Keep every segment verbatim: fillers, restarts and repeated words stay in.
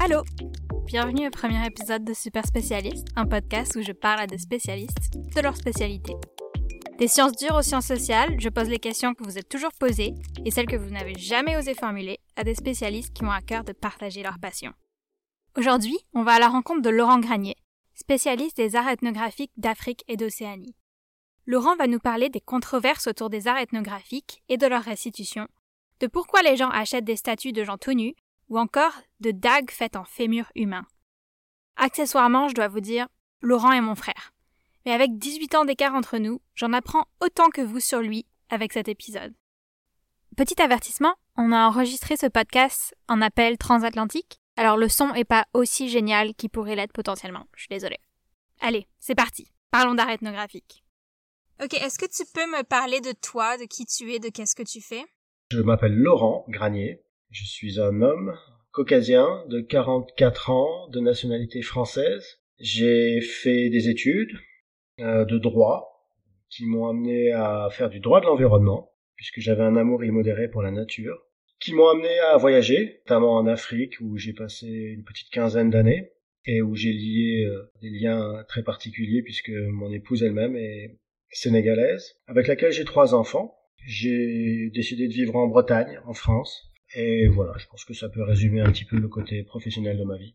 Allô! Bienvenue au premier épisode de Super Spécialiste, un podcast où je parle à des spécialistes de leur spécialité. Des sciences dures aux sciences sociales, je pose les questions que vous êtes toujours posées et celles que vous n'avez jamais osé formuler à des spécialistes qui ont à cœur de partager leur passion. Aujourd'hui, on va à la rencontre de Laurent Granier, spécialiste des arts ethnographiques d'Afrique et d'Océanie. Laurent va nous parler des controverses autour des arts ethnographiques et de leur restitution, de pourquoi les gens achètent des statues de gens tout nus, ou encore de dagues faites en fémur humain. Accessoirement, je dois vous dire, Laurent est mon frère. Mais avec dix-huit ans d'écart entre nous, j'en apprends autant que vous sur lui avec cet épisode. Petit avertissement, on a enregistré ce podcast en appel transatlantique, alors le son est pas aussi génial qu'il pourrait l'être potentiellement, je suis désolée. Allez, c'est parti, parlons d'art ethnographique. Ok, est-ce que tu peux me parler de toi, de qui tu es, de qu'est-ce que tu fais? Je m'appelle Laurent Granier. Je suis un homme caucasien de quarante-quatre ans, de nationalité française. J'ai fait des études euh, de droit qui m'ont amené à faire du droit de l'environnement, puisque j'avais un amour immodéré pour la nature, qui m'ont amené à voyager, notamment en Afrique, où j'ai passé une petite quinzaine d'années, et où j'ai lié euh, des liens très particuliers, puisque mon épouse elle-même est sénégalaise, avec laquelle j'ai trois enfants. J'ai décidé de vivre en Bretagne, en France. Et voilà, je pense que ça peut résumer un petit peu le côté professionnel de ma vie.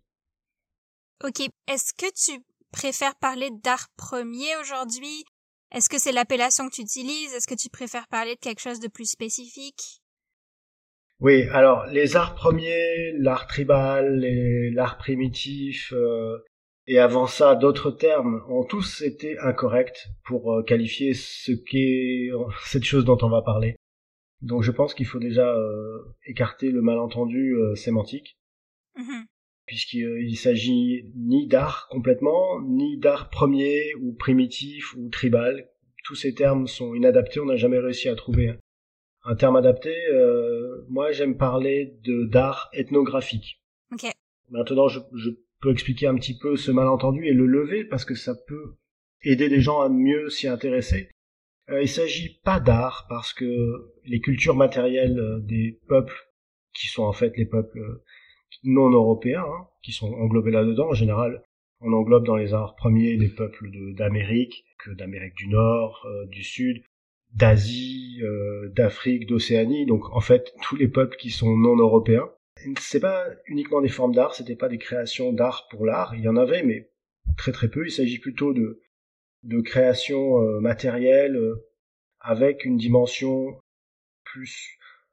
Ok, est-ce que tu préfères parler d'art premier aujourd'hui? Est-ce que c'est l'appellation que tu utilises? Est-ce que tu préfères parler de quelque chose de plus spécifique? Oui, alors les arts premiers, l'art tribal, les, l'art primitif, euh, et avant ça d'autres termes, ont tous été incorrects pour euh, qualifier ce qu'est cette chose dont on va parler. Donc je pense qu'il faut déjà euh, écarter le malentendu euh, sémantique, mmh. puisqu'il il s'agit ni d'art complètement, ni d'art premier ou primitif ou tribal. Tous ces termes sont inadaptés, on n'a jamais réussi à trouver un terme adapté. Euh, moi j'aime parler de d'art ethnographique. Okay. Maintenant je, je peux expliquer un petit peu ce malentendu et le lever, parce que ça peut aider les gens à mieux s'y intéresser. Euh, il s'agit pas d'art, parce que les cultures matérielles des peuples, qui sont en fait les peuples non européens, hein, qui sont englobés là-dedans, en général, on englobe dans les arts premiers les peuples de, d'Amérique, que d'Amérique du Nord, euh, du Sud, d'Asie, euh, d'Afrique, d'Océanie, donc en fait tous les peuples qui sont non européens. C'est pas uniquement des formes d'art, c'était pas des créations d'art pour l'art, il y en avait, mais très très peu. Il s'agit plutôt de de création euh, matérielle euh, avec une dimension plus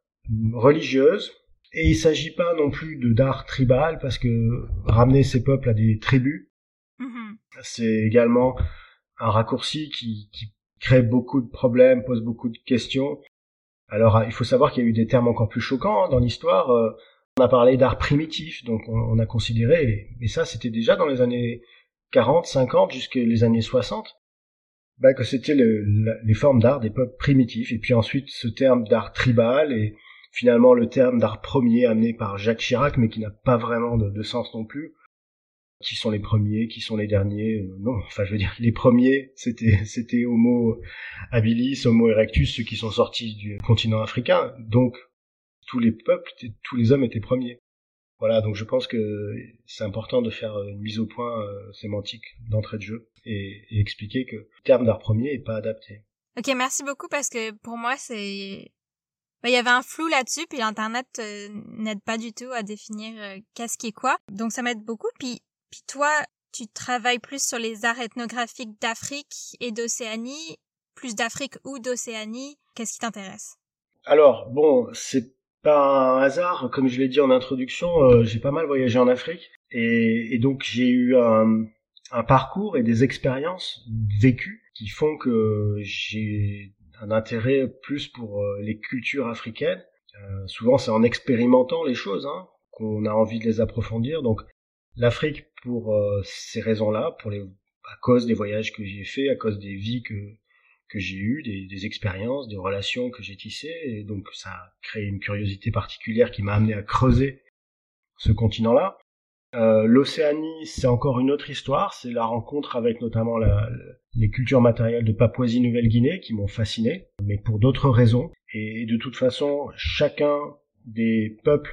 religieuse. Et il s'agit pas non plus de d'art tribal, parce que ramener ces peuples à des tribus, mmh. c'est également un raccourci qui, qui crée beaucoup de problèmes, pose beaucoup de questions. Alors il faut savoir qu'il y a eu des termes encore plus choquants hein, dans l'histoire. Euh, on a parlé d'art primitif, donc on, on a considéré, et ça c'était déjà dans les années quarante, cinquante, jusqu'aux les années soixante, bah, que c'était le, la, les formes d'art des peuples primitifs. Et puis ensuite ce terme d'art tribal, et finalement le terme d'art premier amené par Jacques Chirac, mais qui n'a pas vraiment de, de sens non plus. Qui sont les premiers, qui sont les derniers, euh, non, enfin je veux dire, les premiers, c'était c'était Homo habilis, Homo erectus, ceux qui sont sortis du continent africain, donc tous les peuples, tous les hommes étaient premiers. Voilà, donc je pense que c'est important de faire une mise au point euh, sémantique d'entrée de jeu et, et expliquer que le terme d'art premier est pas adapté. Ok, merci beaucoup, parce que pour moi c'est... Ben, il y avait un flou là-dessus, puis l'internet euh, n'aide pas du tout à définir euh, qu'est-ce qui est quoi, donc ça m'aide beaucoup. Puis, puis toi, tu travailles plus sur les arts ethnographiques d'Afrique et d'Océanie, plus d'Afrique ou d'Océanie, qu'est-ce qui t'intéresse? Alors, bon, c'est pas un hasard, comme je l'ai dit en introduction, euh, j'ai pas mal voyagé en Afrique, et, et donc j'ai eu un, un parcours et des expériences vécues qui font que j'ai un intérêt plus pour euh, les cultures africaines. Euh, souvent c'est en expérimentant les choses hein, qu'on a envie de les approfondir. Donc l'Afrique pour euh, ces raisons-là, pour les, à cause des voyages que j'ai faits, à cause des vies que que j'ai eues, des, des expériences, des relations que j'ai tissées, et donc ça a créé une curiosité particulière qui m'a amené à creuser ce continent-là. Euh, L'Océanie, c'est encore une autre histoire, c'est la rencontre avec notamment la, les cultures matérielles de Papouasie-Nouvelle-Guinée qui m'ont fasciné, mais pour d'autres raisons. Et de toute façon, chacun des peuples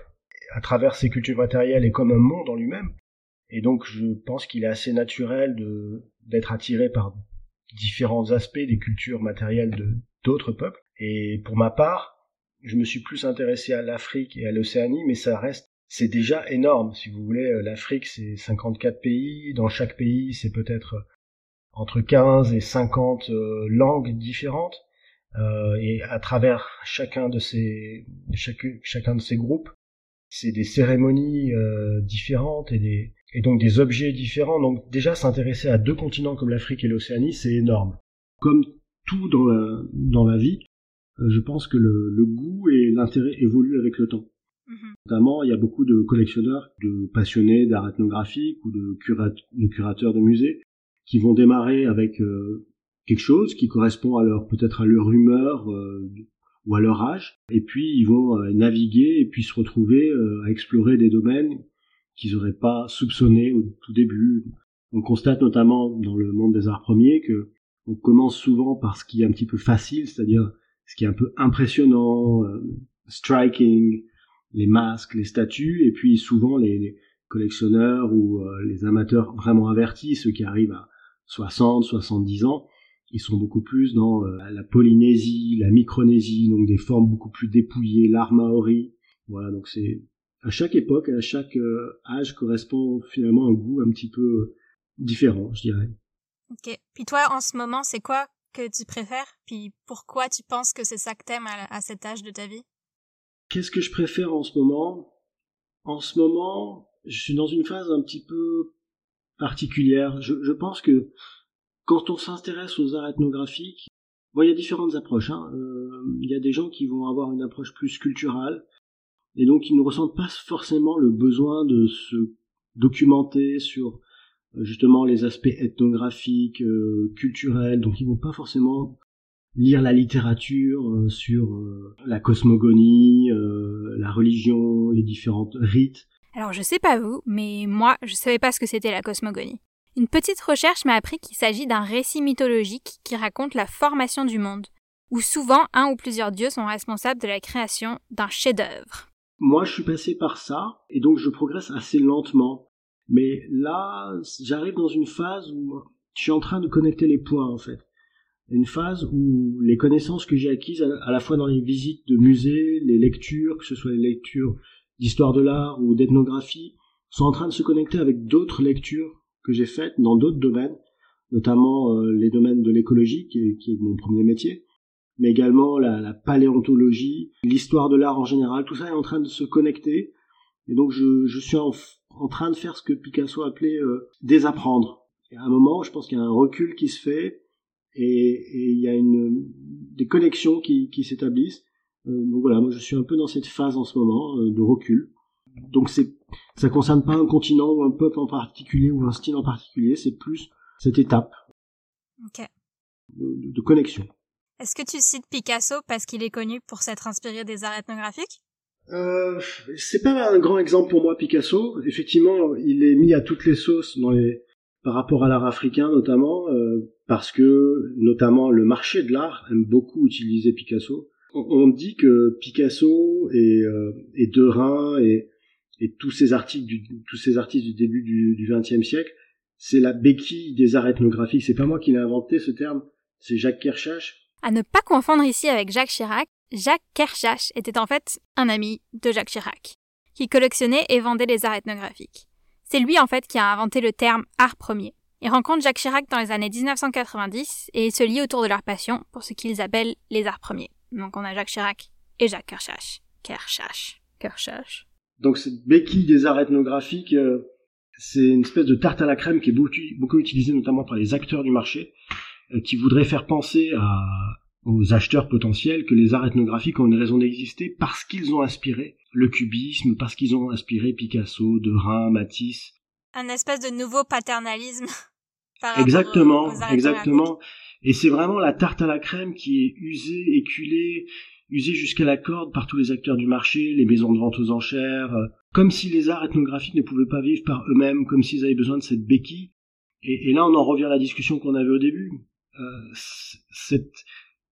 à travers ces cultures matérielles est comme un monde en lui-même. Et donc je pense qu'il est assez naturel de d'être attiré par différents aspects des cultures matérielles de d'autres peuples. Et pour ma part, je me suis plus intéressé à l'Afrique et à l'Océanie, mais ça reste, c'est déjà énorme. Si vous voulez, l'Afrique c'est cinquante-quatre pays, dans chaque pays c'est peut-être entre quinze et cinquante euh, langues différentes, euh, et à travers chacun de ces chaque, chacun de ces groupes, c'est des cérémonies euh, différentes et des et donc des objets différents. Donc déjà s'intéresser à deux continents comme l'Afrique et l'Océanie, c'est énorme. Comme tout dans la dans la vie, euh, je pense que le, le goût et l'intérêt évoluent avec le temps. Mm-hmm. Notamment, il y a beaucoup de collectionneurs, de passionnés d'art ethnographique ou de, curat- de curateurs de musées qui vont démarrer avec euh, quelque chose qui correspond à leur peut-être à leur humeur euh, ou à leur âge, et puis ils vont euh, naviguer et puis se retrouver euh, à explorer des domaines qu'ils n'auraient pas soupçonnés au tout début. On constate notamment dans le monde des arts premiers que on commence souvent par ce qui est un petit peu facile, c'est-à-dire ce qui est un peu impressionnant, euh, striking, les masques, les statues, et puis souvent les, les collectionneurs ou euh, les amateurs vraiment avertis, ceux qui arrivent à soixante, soixante-dix ans, ils sont beaucoup plus dans euh, la Polynésie, la Micronésie, donc des formes beaucoup plus dépouillées, l'art maori. Voilà, donc c'est à chaque époque, à chaque euh, âge correspond finalement un goût un petit peu différent, je dirais. Ok. Puis toi, en ce moment, c'est quoi que tu préfères? Puis pourquoi tu penses que c'est ça que t'aimes à, à cet âge de ta vie? Qu'est-ce que je préfère en ce moment? En ce moment, je suis dans une phase un petit peu particulière. Je, je pense que quand on s'intéresse aux arts ethnographiques, bon, il y a différentes approches. Hein. Euh, il y a des gens qui vont avoir une approche plus culturelle, et donc ils ne ressentent pas forcément le besoin de se documenter sur justement les aspects ethnographiques, euh, culturels, donc ils vont pas forcément lire la littérature euh, sur euh, la cosmogonie, euh, la religion, les différentes rites. Alors je sais pas vous, mais moi je savais pas ce que c'était la cosmogonie. Une petite recherche m'a appris qu'il s'agit d'un récit mythologique qui raconte la formation du monde, où souvent un ou plusieurs dieux sont responsables de la création d'un chef-d'œuvre. Moi je suis passé par ça, et donc je progresse assez lentement. Mais là, j'arrive dans une phase où je suis en train de connecter les points en fait. Une phase où les connaissances que j'ai acquises à la fois dans les visites de musées, les lectures, que ce soit les lectures d'histoire de l'art ou d'ethnographie, sont en train de se connecter avec d'autres lectures que j'ai faites dans d'autres domaines, notamment euh, les domaines de l'écologie, qui est, qui est mon premier métier, mais également la, la paléontologie, l'histoire de l'art en général. Tout ça est en train de se connecter, et donc je, je suis en, en train de faire ce que Picasso appelait euh, désapprendre. Et à un moment, je pense qu'il y a un recul qui se fait, et il y a une, des connexions qui, qui s'établissent. Euh, donc voilà, moi je suis un peu dans cette phase en ce moment euh, de recul. Donc c'est, ça concerne pas un continent ou un peuple en particulier ou un style en particulier, c'est plus cette étape okay. de, de, de connexion. Est-ce que tu cites Picasso parce qu'il est connu pour s'être inspiré des arts ethnographiques? Euh, c'est pas un grand exemple pour moi, Picasso. Effectivement, il est mis à toutes les sauces dans les, par rapport à l'art africain notamment, euh, parce que notamment le marché de l'art aime beaucoup utiliser Picasso. On, on dit que Picasso et, euh, et Derain et, et tous ces artistes du, tous ces artistes du début du, du vingtième siècle, c'est la béquille des arts ethnographiques. C'est pas moi qui l'ai inventé ce terme, c'est Jacques Kershach. À ne pas confondre ici avec Jacques Chirac, Jacques Kershach était en fait un ami de Jacques Chirac, qui collectionnait et vendait les arts ethnographiques. C'est lui en fait qui a inventé le terme art premier. Il rencontre Jacques Chirac dans les années dix-neuf cent quatre-vingt-dix et ils se lient autour de leur passion pour ce qu'ils appellent les arts premiers. Donc on a Jacques Chirac et Jacques Kershach. Kershach. Kershach. Donc cette béquille des arts ethnographiques, euh, c'est une espèce de tarte à la crème qui est beaucoup, beaucoup utilisée notamment par les acteurs du marché, euh, qui voudraient faire penser à, aux acheteurs potentiels que les arts ethnographiques ont une raison d'exister parce qu'ils ont inspiré le cubisme, parce qu'ils ont inspiré Picasso, Derain, Matisse. Un espèce de nouveau paternalisme par exactement, rapport aux, aux arts exactement. Et c'est vraiment la tarte à la crème qui est usée, éculée, usée jusqu'à la corde par tous les acteurs du marché, les maisons de vente aux enchères, euh, comme si les arts ethnographiques ne pouvaient pas vivre par eux-mêmes, comme s'ils avaient besoin de cette béquille. Et, et là, on en revient à la discussion qu'on avait au début. Euh, cette,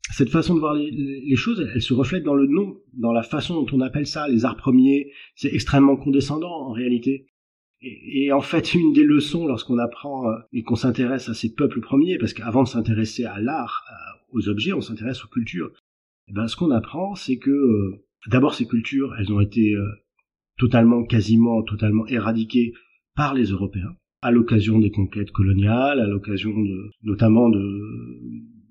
cette façon de voir les, les choses, elle, elle se reflète dans le nom, dans la façon dont on appelle ça, les arts premiers. C'est extrêmement condescendant en réalité. Et, et en fait, une des leçons lorsqu'on apprend euh, et qu'on s'intéresse à ces peuples premiers, parce qu'avant de s'intéresser à l'art, à, aux objets, on s'intéresse aux cultures. Et ben, ce qu'on apprend, c'est que euh, d'abord ces cultures, elles ont été euh, totalement, quasiment, totalement éradiquées par les Européens, à l'occasion des conquêtes coloniales, à l'occasion de, notamment de,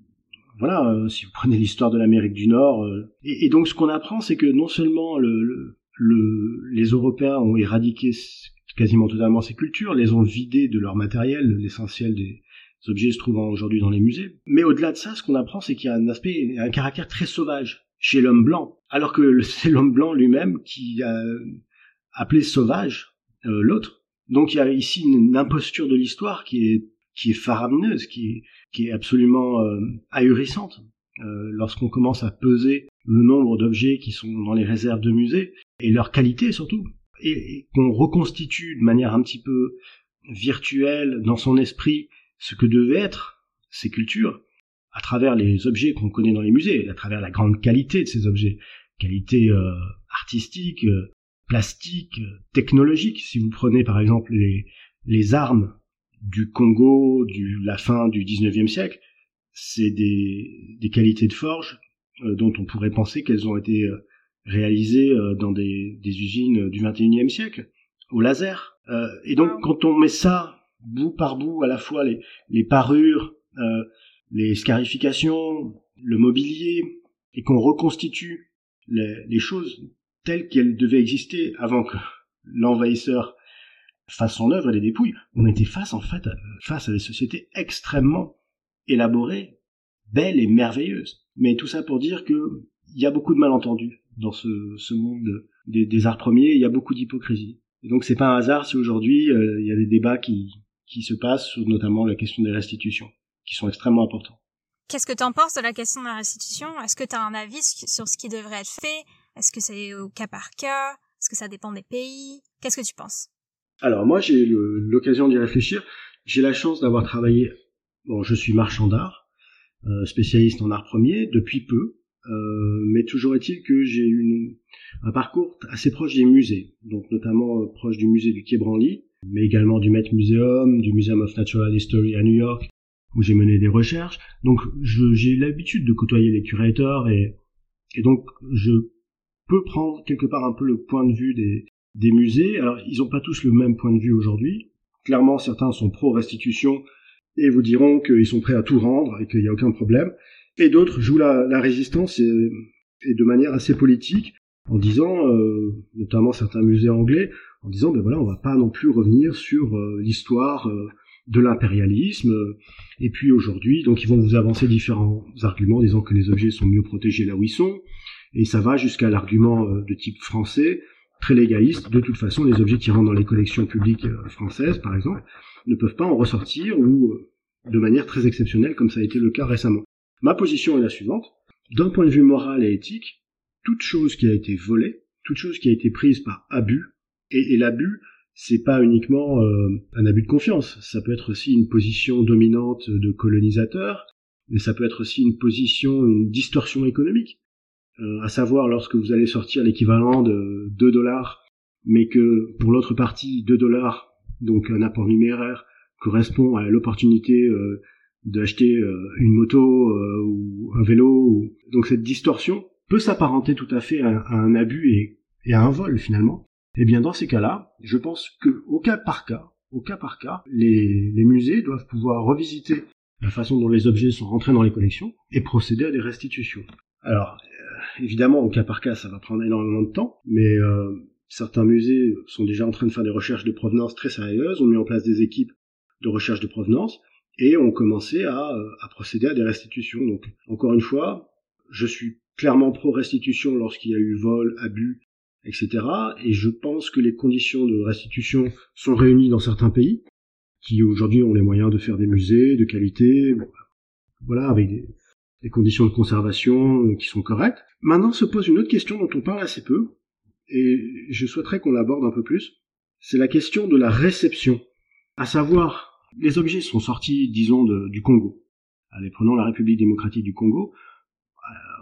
voilà, euh, si vous prenez l'histoire de l'Amérique du Nord. Euh, et, et donc ce qu'on apprend, c'est que non seulement le, le, le, les Européens ont éradiqué quasiment totalement ces cultures, les ont vidées de leur matériel, l'essentiel des objets se trouvant aujourd'hui dans les musées. Mais au-delà de ça, ce qu'on apprend, c'est qu'il y a un aspect, un caractère très sauvage chez l'homme blanc, alors que c'est l'homme blanc lui-même qui a appelé sauvage euh, l'autre. Donc il y a ici une, une imposture de l'histoire qui est qui est faramineuse, qui est qui est absolument euh, ahurissante. Euh, lorsqu'on commence à peser le nombre d'objets qui sont dans les réserves de musées et leur qualité surtout, et, et qu'on reconstitue de manière un petit peu virtuelle dans son esprit ce que devaient être ces cultures à travers les objets qu'on connaît dans les musées, à travers la grande qualité de ces objets, qualité euh, artistique, euh, plastique, euh, technologique. Si vous prenez par exemple les, les armes du Congo de la fin du dix-neuvième siècle, c'est des, des qualités de forge euh, dont on pourrait penser qu'elles ont été euh, réalisées euh, dans des, des usines du vingt et unième siècle, au laser. Euh, et donc quand on met ça bout par bout, à la fois les, les parures, euh, les scarifications, le mobilier, et qu'on reconstitue les, les choses telles qu'elles devaient exister avant que l'envahisseur fasse son œuvre et les dépouille, on était face en fait face à des sociétés extrêmement élaborées, belles et merveilleuses. Mais tout ça pour dire que il y a beaucoup de malentendus dans ce, ce monde des, des arts premiers, il y a beaucoup d'hypocrisie. Et donc c'est pas un hasard si aujourd'hui euh, il y a des débats qui qui se passent sur notamment la question des restitutions, qui sont extrêmement importants. Qu'est-ce que tu en penses de la question de la restitution ? Est-ce que tu as un avis sur ce qui devrait être fait ? Est-ce que c'est au cas par cas ? Est-ce que ça dépend des pays ? Qu'est-ce que tu penses ? Alors moi, j'ai le, l'occasion d'y réfléchir. J'ai la chance d'avoir travaillé... Bon, je suis marchand d'art, euh, spécialiste en art premier, depuis peu, euh, mais toujours est-il que j'ai une, un parcours assez proche des musées, donc notamment euh, proche du musée du Quai Branly, mais également du Met Museum, du Museum of Natural History à New York, où j'ai mené des recherches. Donc je, j'ai l'habitude de côtoyer les curateurs et, et donc je peux prendre quelque part un peu le point de vue des, des musées. Alors ils n'ont pas tous le même point de vue aujourd'hui. Clairement, certains sont pro-restitution et vous diront qu'ils sont prêts à tout rendre et qu'il n'y a aucun problème. Et d'autres jouent la, la résistance et, et de manière assez politique en disant, euh, notamment certains musées anglais, en disant ben voilà, on va pas non plus revenir sur euh, l'histoire euh, de l'impérialisme. Euh, et puis aujourd'hui, donc ils vont vous avancer différents arguments disant que les objets sont mieux protégés là où ils sont. Et ça va jusqu'à l'argument euh, de type français, très légaliste. De toute façon, les objets qui rentrent dans les collections publiques euh, françaises, par exemple, ne peuvent pas en ressortir ou euh, de manière très exceptionnelle, comme ça a été le cas récemment. Ma position est la suivante. D'un point de vue moral et éthique, toute chose qui a été volée, toute chose qui a été prise par abus, et, et l'abus, c'est pas uniquement euh, un abus de confiance, ça peut être aussi une position dominante de colonisateur, mais ça peut être aussi une position, une distorsion économique, euh, à savoir lorsque vous allez sortir l'équivalent de deux dollars, mais que pour l'autre partie, deux dollars, donc un apport numéraire, correspond à l'opportunité euh, d'acheter euh, une moto euh, ou un vélo. Ou... Donc cette distorsion peut s'apparenter tout à fait à, à un abus et, et à un vol finalement. Et bien dans ces cas-là, je pense que au cas par cas, au cas par cas, les, les musées doivent pouvoir revisiter la façon dont les objets sont rentrés dans les collections et procéder à des restitutions. Alors euh, évidemment au cas par cas, ça va prendre énormément de temps, mais euh, certains musées sont déjà en train de faire des recherches de provenance très sérieuses, ont mis en place des équipes de recherche de provenance et ont commencé à, à procéder à des restitutions. Donc encore une fois, je suis clairement pro-restitution lorsqu'il y a eu vol, abus, et cetera. Et je pense que les conditions de restitution sont réunies dans certains pays, qui aujourd'hui ont les moyens de faire des musées de qualité, voilà, avec des, des conditions de conservation qui sont correctes. Maintenant se pose une autre question dont on parle assez peu, et je souhaiterais qu'on l'aborde un peu plus, c'est la question de la réception. À savoir, les objets sont sortis, disons, de, du Congo. Allez, prenons la République démocratique du Congo.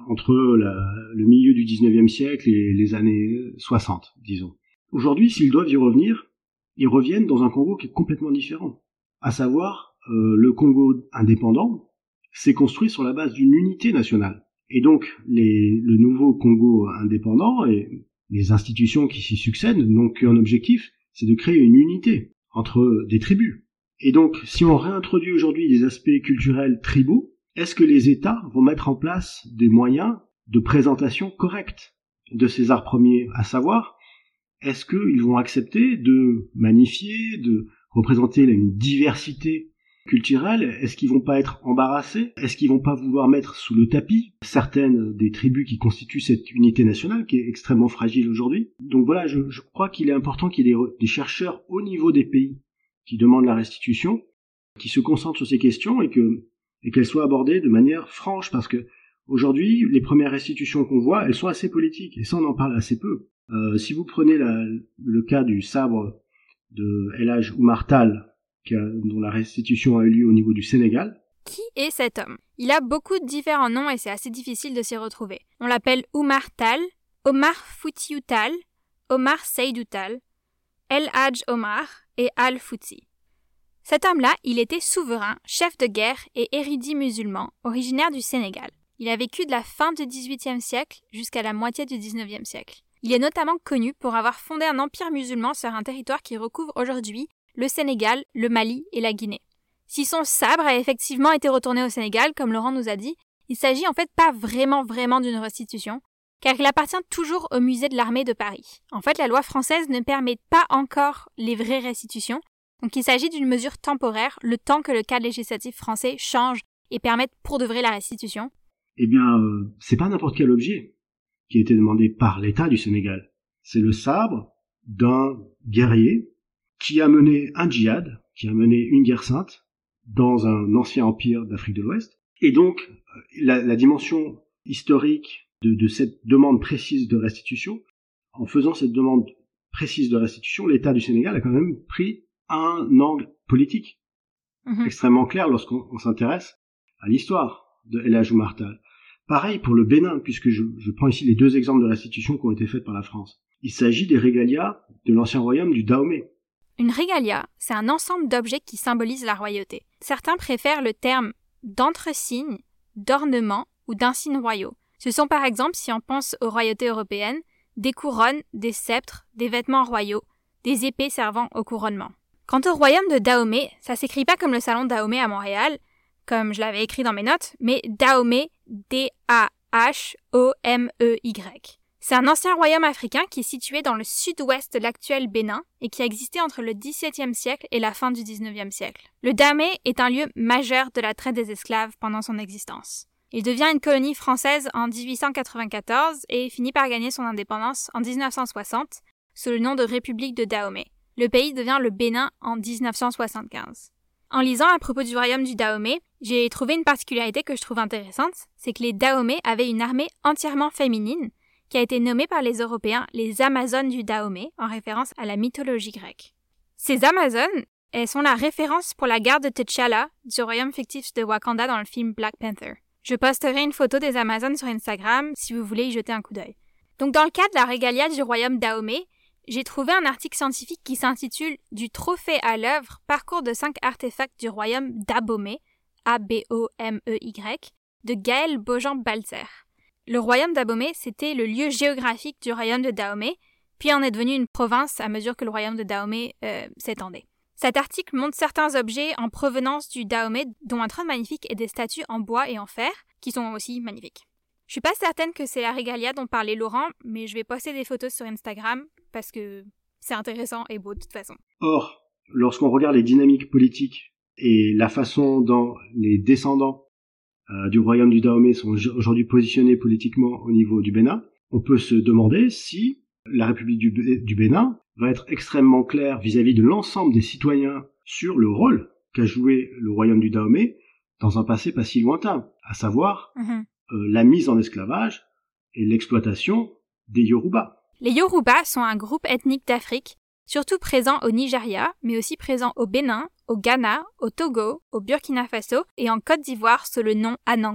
entre la, le milieu du dix-neuvième siècle et les années soixante, disons. Aujourd'hui, s'ils doivent y revenir, ils reviennent dans un Congo qui est complètement différent. À savoir, euh, le Congo indépendant s'est construit sur la base d'une unité nationale. Et donc, les, le nouveau Congo indépendant et les institutions qui s'y succèdent n'ont qu'un objectif, c'est de créer une unité entre des tribus. Et donc, si on réintroduit aujourd'hui des aspects culturels tribaux, est-ce que les États vont mettre en place des moyens de présentation corrects de ces arts premiers, à savoir, est-ce qu'ils vont accepter de magnifier, de représenter une diversité culturelle? Est-ce qu'ils vont pas être embarrassés? Est-ce qu'ils vont pas vouloir mettre sous le tapis certaines des tribus qui constituent cette unité nationale qui est extrêmement fragile aujourd'hui? Donc voilà, je, je crois qu'il est important qu'il y ait des, des chercheurs au niveau des pays qui demandent la restitution, qui se concentrent sur ces questions et que et qu'elles soient abordées de manière franche, parce que aujourd'hui, les premières restitutions qu'on voit, elles sont assez politiques, et ça on en parle assez peu. Euh, si vous prenez la, le cas du sabre de El Hadj Oumar Tall, qui a, dont la restitution a eu lieu au niveau du Sénégal. Qui est cet homme? Il a beaucoup de différents noms et c'est assez difficile de s'y retrouver. On l'appelle Oumar Tall, Omar Foutiyou Tall, Omar Seydou Tall, El Hadj Omar et Al Fouti. Cet homme-là, il était souverain, chef de guerre et érudit musulman, originaire du Sénégal. Il a vécu de la fin du dix-huitième siècle jusqu'à la moitié du dix-neuvième siècle. Il est notamment connu pour avoir fondé un empire musulman sur un territoire qui recouvre aujourd'hui le Sénégal, le Mali et la Guinée. Si son sabre a effectivement été retourné au Sénégal, comme Laurent nous a dit, il s'agit en fait pas vraiment vraiment d'une restitution, car il appartient toujours au musée de l'armée de Paris. En fait, la loi française ne permet pas encore les vraies restitutions, donc il s'agit d'une mesure temporaire, le temps que le cadre législatif français change et permette pour de vrai la restitution. Eh bien, euh, c'est pas n'importe quel objet qui a été demandé par l'État du Sénégal. C'est le sabre d'un guerrier qui a mené un djihad, qui a mené une guerre sainte dans un ancien empire d'Afrique de l'Ouest. Et donc, la, la dimension historique de, de cette demande précise de restitution, en faisant cette demande précise de restitution, l'État du Sénégal a quand même pris un angle politique mmh. extrêmement clair lorsqu'on on s'intéresse à l'histoire de El Hadj Oumar Tall. Pareil pour le Bénin, puisque je, je prends ici les deux exemples de restitution qui ont été faites par la France. Il s'agit des régalias de l'ancien royaume du Dahomey. Une régalia, c'est un ensemble d'objets qui symbolisent la royauté. Certains préfèrent le terme d'entre-signe, d'ornement ou d'insignes royaux. Ce sont par exemple, si on pense aux royautés européennes, des couronnes, des sceptres, des vêtements royaux, des épées servant au couronnement. Quant au royaume de Dahomey, ça s'écrit pas comme le salon Dahomey à Montréal, comme je l'avais écrit dans mes notes, mais Dahomey, D A H O M E Y. C'est un ancien royaume africain qui est situé dans le sud-ouest de l'actuel Bénin et qui a existé entre le dix-septième siècle et la fin du dix-neuvième siècle. Le Dahomey est un lieu majeur de la traite des esclaves pendant son existence. Il devient une colonie française en dix-huit cent quatre-vingt-quatorze et finit par gagner son indépendance en dix-neuf cent soixante sous le nom de République de Dahomey. Le pays devient le Bénin en dix-neuf cent soixante-quinze. En lisant à propos du royaume du Dahomey, j'ai trouvé une particularité que je trouve intéressante, c'est que les Dahomey avaient une armée entièrement féminine qui a été nommée par les Européens les Amazones du Dahomey, en référence à la mythologie grecque. Ces Amazones, elles sont la référence pour la garde de T'Challa du royaume fictif de Wakanda dans le film Black Panther. Je posterai une photo des Amazones sur Instagram si vous voulez y jeter un coup d'œil. Donc dans le cadre de la régalia du royaume Dahomey, j'ai trouvé un article scientifique qui s'intitule « Du trophée à l'œuvre, parcours de cinq artefacts du royaume d'Abomey » A B O M E Y, de Gaël Beaujean-Balzer. Le royaume d'Abomey, c'était le lieu géographique du royaume de Dahomey, puis en est devenu une province à mesure que le royaume de Dahomey euh, s'étendait. Cet article montre certains objets en provenance du Dahomey, dont un trône magnifique et des statues en bois et en fer, qui sont aussi magnifiques. Je suis pas certaine que c'est la régalia dont parlait Laurent, mais je vais poster des photos sur Instagram, parce que c'est intéressant et beau de toute façon. Or, lorsqu'on regarde les dynamiques politiques et la façon dont les descendants euh, du royaume du Dahomey sont aujourd'hui positionnés politiquement au niveau du Bénin, on peut se demander si la République du, Bé- du Bénin va être extrêmement claire vis-à-vis de l'ensemble des citoyens sur le rôle qu'a joué le royaume du Dahomey dans un passé pas si lointain, à savoir mm-hmm. euh, la mise en esclavage et l'exploitation des Yoruba. Les Yoruba sont un groupe ethnique d'Afrique, surtout présent au Nigeria, mais aussi présent au Bénin, au Ghana, au Togo, au Burkina Faso et en Côte d'Ivoire sous le nom Anango.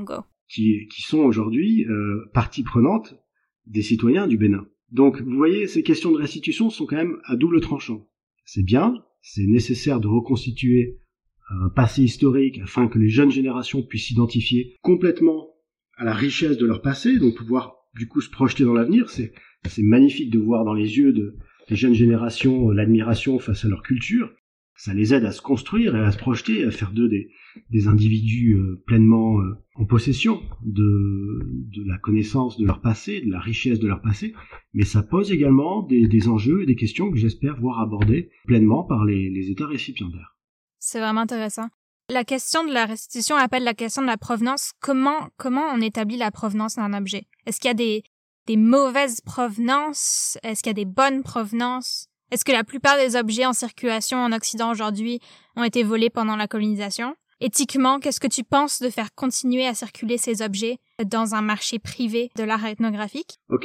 qui, qui sont aujourd'hui euh, partie prenante des citoyens du Bénin. Donc, vous voyez, ces questions de restitution sont quand même à double tranchant. C'est bien, c'est nécessaire de reconstituer un passé historique afin que les jeunes générations puissent s'identifier complètement à la richesse de leur passé, donc pouvoir du coup se projeter dans l'avenir. C'est, c'est magnifique de voir dans les yeux de, des jeunes générations l'admiration face à leur culture. Ça les aide à se construire et à se projeter, à faire d'eux des, des individus euh, pleinement euh, en possession de, de la connaissance de leur passé, de la richesse de leur passé. Mais ça pose également des, des enjeux et des questions que j'espère voir abordées pleinement par les, les États récipiendaires. C'est vraiment intéressant. La question de la restitution appelle la question de la provenance. Comment, comment on établit la provenance d'un objet? Est-ce qu'il y a des, des mauvaises provenances? Est-ce qu'il y a des bonnes provenances? Est-ce que la plupart des objets en circulation en Occident aujourd'hui ont été volés pendant la colonisation? Éthiquement, qu'est-ce que tu penses de faire continuer à circuler ces objets dans un marché privé de l'art ethnographique? Ok.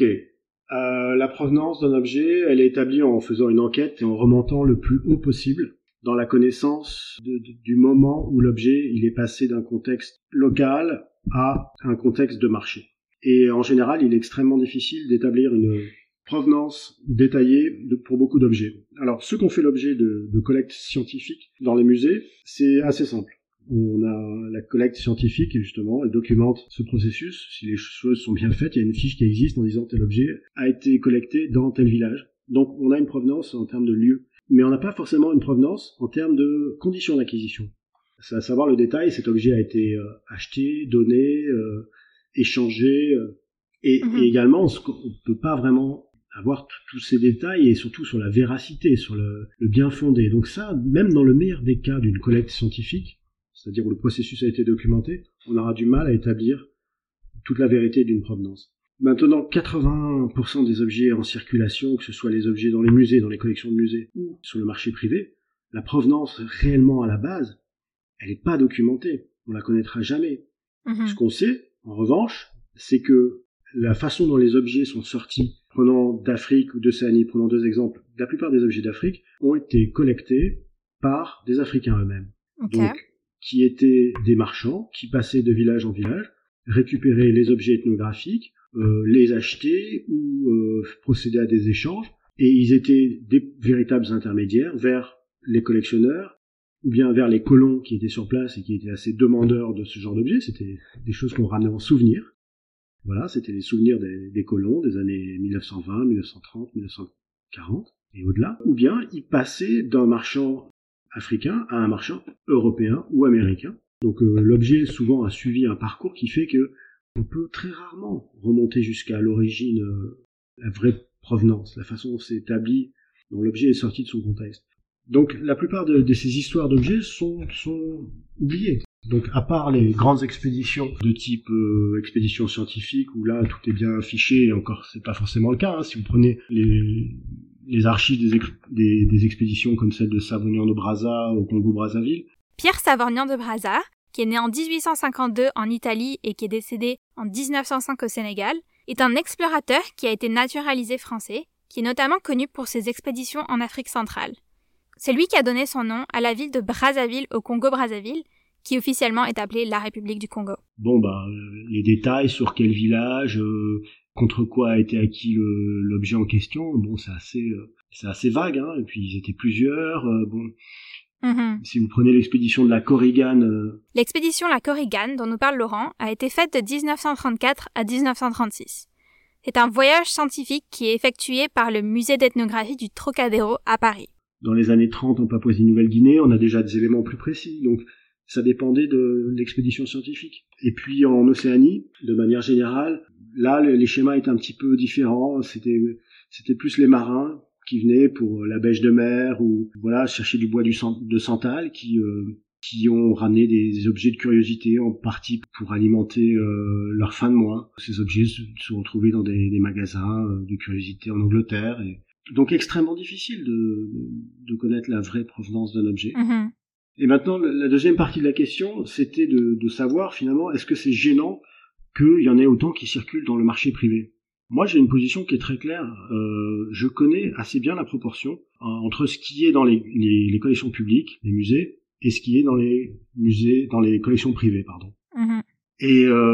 Euh, la provenance d'un objet, elle est établie en faisant une enquête et en remontant le plus haut possible dans la connaissance de, de, du moment où l'objet il est passé d'un contexte local à un contexte de marché. Et en général, il est extrêmement difficile d'établir une provenance détaillée de, pour beaucoup d'objets. Alors, ceux qui ont fait l'objet de, de collectes scientifiques dans les musées, c'est assez simple. On a la collecte scientifique, et justement, elle documente ce processus. Si les choses sont bien faites, il y a une fiche qui existe en disant tel objet a été collecté dans tel village. Donc, on a une provenance en termes de lieu. Mais on n'a pas forcément une provenance en termes de conditions d'acquisition. C'est à savoir le détail, cet objet a été euh, acheté, donné, euh, échangé, euh, et, mmh. et également, on ne peut pas vraiment avoir tous ces détails, et surtout sur la véracité, sur le, le bien fondé. Donc ça, même dans le meilleur des cas d'une collecte scientifique, c'est-à-dire où le processus a été documenté, on aura du mal à établir toute la vérité d'une provenance. Maintenant, quatre-vingts pour cent des objets en circulation, que ce soit les objets dans les musées, dans les collections de musées, ou sur le marché privé, la provenance réellement à la base, elle n'est pas documentée. On la connaîtra jamais. Mmh. Ce qu'on sait, en revanche, c'est que la façon dont les objets sont sortis, prenant d'Afrique ou d'Océanie, prenons deux exemples, la plupart des objets d'Afrique ont été collectés par des Africains eux-mêmes. Okay. Donc, qui étaient des marchands, qui passaient de village en village, récupéraient les objets ethnographiques, euh, les achetaient ou euh, procédaient à des échanges, et ils étaient des véritables intermédiaires vers les collectionneurs, ou bien vers les colons qui étaient sur place et qui étaient assez demandeurs de ce genre d'objets. C'était des choses qu'on ramenait en souvenir. Voilà, c'était les souvenirs des, des colons des années mille neuf cent vingt, mille neuf cent trente, mille neuf cent quarante et au-delà. Ou bien ils passaient d'un marchand africain à un marchand européen ou américain. Donc euh, l'objet souvent a suivi un parcours qui fait que on peut très rarement remonter jusqu'à l'origine, euh, la vraie provenance, la façon dont c'est établi, dont l'objet est sorti de son contexte. Donc la plupart de, de ces histoires d'objets sont, sont oubliées. Donc à part les grandes expéditions de type euh, expédition scientifique, où là tout est bien fiché, et encore c'est pas forcément le cas, hein, si vous prenez les, les archives des, ex, des, des expéditions comme celle de Savorgnan de Brazza au Congo-Brazzaville. Pierre Savorgnan de Brazza, qui est né en dix-huit cent cinquante-deux en Italie et qui est décédé en dix-neuf cent cinq au Sénégal, est un explorateur qui a été naturalisé français, qui est notamment connu pour ses expéditions en Afrique centrale. C'est lui qui a donné son nom à la ville de Brazzaville au Congo-Brazzaville, qui officiellement est appelée la République du Congo. Bon, bah, les détails sur quel village, euh, contre quoi a été acquis le, l'objet en question, bon, c'est assez, euh, c'est assez vague, hein, et puis ils étaient plusieurs, euh, bon. Mm-hmm. Si vous prenez l'expédition de la Korigane... Euh... L'expédition la Korigane, dont nous parle Laurent, a été faite de dix-neuf cent trente-quatre à dix-neuf cent trente-six. C'est un voyage scientifique qui est effectué par le musée d'ethnographie du Trocadéro à Paris. Dans les années trente, en Papouasie-Nouvelle-Guinée, on a déjà des éléments plus précis, donc ça dépendait de l'expédition scientifique. Et puis en Océanie, de manière générale, là, les schémas étaient un petit peu différents. C'était, c'était plus les marins qui venaient pour la bêche de mer ou voilà chercher du bois du, de santal, qui euh, qui ont ramené des objets de curiosité en partie pour alimenter euh, leur fin de mois. Ces objets se sont retrouvés dans des, des magasins de curiosité en Angleterre. Et donc extrêmement difficile de, de connaître la vraie provenance d'un objet. Mm-hmm. Et maintenant, la deuxième partie de la question, c'était de, de savoir finalement, est-ce que c'est gênant qu'il y en ait autant qui circulent dans le marché privé ? Moi, j'ai une position qui est très claire. Euh, je connais assez bien la proportion entre ce qui est dans les, les, les collections publiques, les musées, et ce qui est dans les musées, dans les collections privées, pardon. Mm-hmm. Et euh,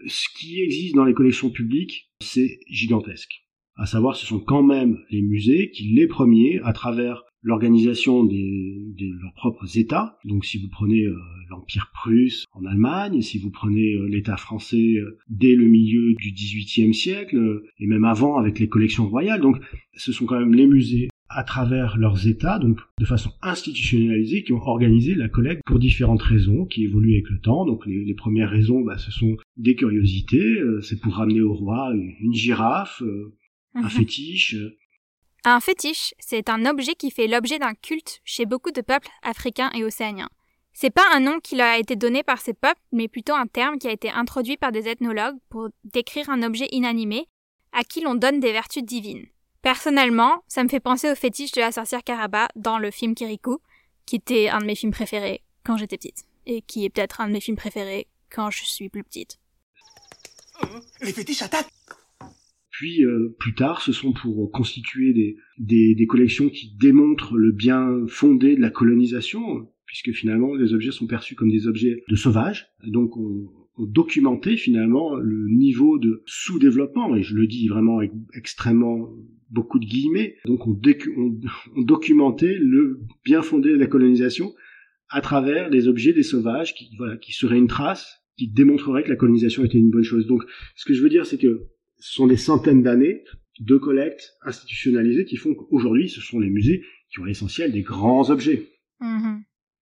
ce qui existe dans les collections publiques, c'est gigantesque. À savoir, ce sont quand même les musées qui, les premiers, à travers l'organisation des, de leurs propres États, donc si vous prenez euh, l'Empire prusse en Allemagne, si vous prenez euh, l'État français euh, dès le milieu du dix-huitième siècle, euh, et même avant avec les collections royales, donc ce sont quand même les musées à travers leurs États, donc de façon institutionnalisée, qui ont organisé la collecte pour différentes raisons, qui évoluent avec le temps. Donc les, les premières raisons, bah, ce sont des curiosités, euh, c'est pour ramener au roi une, une girafe, euh, un fétiche. Un fétiche, c'est un objet qui fait l'objet d'un culte chez beaucoup de peuples africains et océaniens. C'est pas un nom qui leur a été donné par ces peuples, mais plutôt un terme qui a été introduit par des ethnologues pour décrire un objet inanimé à qui l'on donne des vertus divines. Personnellement, ça me fait penser au fétiche de la sorcière Karaba dans le film Kirikou, qui était un de mes films préférés quand j'étais petite, et qui est peut-être un de mes films préférés quand je suis plus petite. Les fétiches attaquent! Puis euh, plus tard, ce sont pour constituer des, des, des collections qui démontrent le bien fondé de la colonisation, puisque finalement les objets sont perçus comme des objets de sauvages, donc on, on documentait finalement le niveau de sous-développement, et je le dis vraiment avec extrêmement beaucoup de guillemets, donc on, décu- on, on documentait le bien fondé de la colonisation à travers des objets des sauvages qui, voilà, qui seraient une trace, qui démontrerait que la colonisation était une bonne chose. Donc ce que je veux dire, c'est que ce sont des centaines d'années de collectes institutionnalisées qui font qu'aujourd'hui, ce sont les musées qui ont l'essentiel des grands objets. Mmh.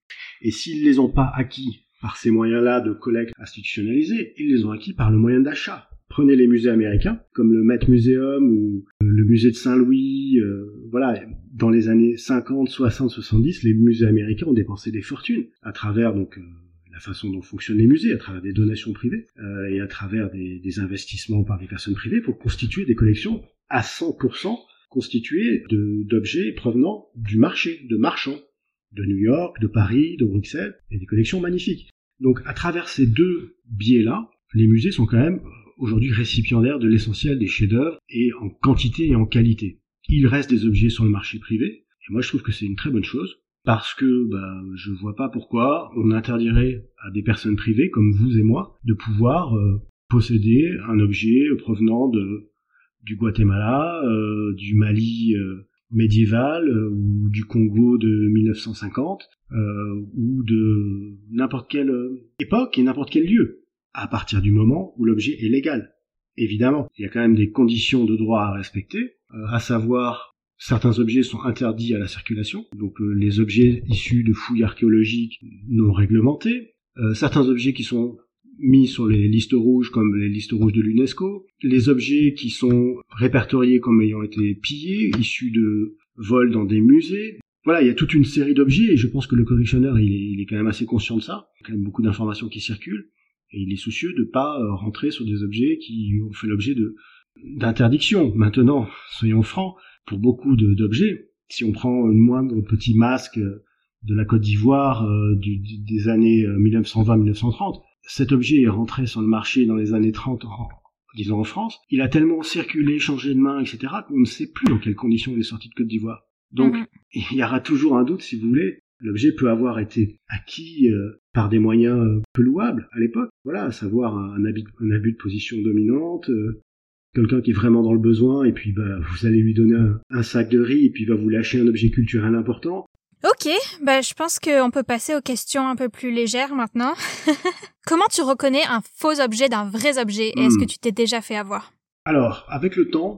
Et s'ils ne les ont pas acquis par ces moyens-là de collecte institutionnalisée, ils les ont acquis par le moyen d'achat. Prenez les musées américains, comme le Met Museum ou le musée de Saint-Louis. Euh, voilà, dans les années cinquante, soixante, soixante-dix, les musées américains ont dépensé des fortunes à travers donc euh, la façon dont fonctionnent les musées, à travers des donations privées euh, et à travers des, des investissements par des personnes privées pour constituer des collections à cent pour cent constituées de, d'objets provenant du marché, de marchands, de New York, de Paris, de Bruxelles, et des collections magnifiques. Donc à travers ces deux biais-là, les musées sont quand même aujourd'hui récipiendaires de l'essentiel des chefs-d'œuvre, et en quantité et en qualité. Il reste des objets sur le marché privé, et moi je trouve que c'est une très bonne chose, parce que bah, je vois pas pourquoi on interdirait à des personnes privées, comme vous et moi, de pouvoir euh, posséder un objet provenant de, du Guatemala, euh, du Mali euh, médiéval, euh, ou du Congo de mille neuf cent cinquante, euh, ou de n'importe quelle époque et n'importe quel lieu, à partir du moment où l'objet est légal. Évidemment, il y a quand même des conditions de droit à respecter, euh, à savoir, certains objets sont interdits à la circulation, donc euh, les objets issus de fouilles archéologiques non réglementées, euh, certains objets qui sont mis sur les listes rouges comme les listes rouges de l'UNESCO, les objets qui sont répertoriés comme ayant été pillés, issus de vols dans des musées. Voilà, il y a toute une série d'objets, et je pense que le collectionneur, il est, il est quand même assez conscient de ça. Il y a quand même beaucoup d'informations qui circulent, et il est soucieux de pas rentrer sur des objets qui ont fait l'objet de d'interdiction. Maintenant, soyons francs, pour beaucoup de, d'objets, si on prend le moindre petit masque de la Côte d'Ivoire euh, du, du, des années mille neuf cent vingt mille neuf cent trente, cet objet est rentré sur le marché dans les années trente, en, disons en France, il a tellement circulé, changé de main, et cetera, qu'on ne sait plus dans quelles conditions il est sorti de Côte d'Ivoire. Donc, mmh. il y aura toujours un doute, si vous voulez. L'objet peut avoir été acquis euh, par des moyens euh, peu louables à l'époque, voilà, à savoir un, abus, un abus de position dominante, euh, quelqu'un qui est vraiment dans le besoin, et puis bah, vous allez lui donner un, un sac de riz, et puis il va vous lâcher un objet culturel important. Ok, bah je pense qu'on peut passer aux questions un peu plus légères maintenant. Comment tu reconnais un faux objet d'un vrai objet, et mmh. est-ce que tu t'es déjà fait avoir? Alors, avec le temps...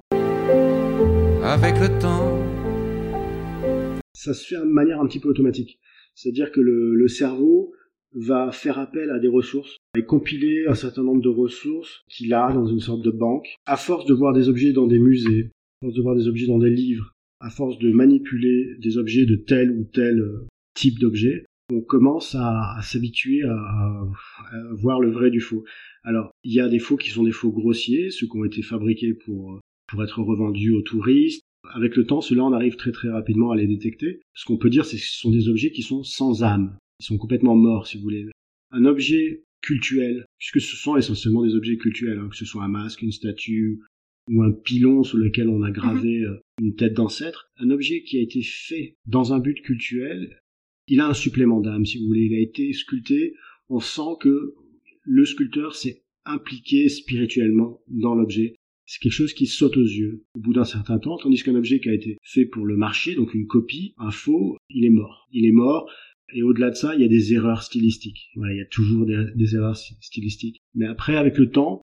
Avec le temps... ça se fait de manière un petit peu automatique. C'est-à-dire que le, le cerveau va faire appel à des ressources et compiler un certain nombre de ressources qu'il a dans une sorte de banque. À force de voir des objets dans des musées, à force de voir des objets dans des livres, à force de manipuler des objets de tel ou tel type d'objet, on commence à, à s'habituer à, à voir le vrai du faux. Alors, il y a des faux qui sont des faux grossiers, ceux qui ont été fabriqués pour, pour être revendus aux touristes. Avec le temps, ceux-là, on arrive très très rapidement à les détecter. Ce qu'on peut dire, c'est que ce sont des objets qui sont sans âme. Ils sont complètement morts, si vous voulez. Un objet cultuel, puisque ce sont essentiellement des objets cultuels, hein, que ce soit un masque, une statue, ou un pilon sur lequel on a gravé mmh. une tête d'ancêtre. Un objet qui a été fait dans un but cultuel, il a un supplément d'âme, si vous voulez. Il a été sculpté. On sent que le sculpteur s'est impliqué spirituellement dans l'objet. C'est quelque chose qui saute aux yeux au bout d'un certain temps, tandis qu'un objet qui a été fait pour le marché, donc une copie, un faux, il est mort. Il est mort, et au-delà de ça, il y a des erreurs stylistiques. Voilà, il y a toujours des, des erreurs stylistiques. Mais après, avec le temps,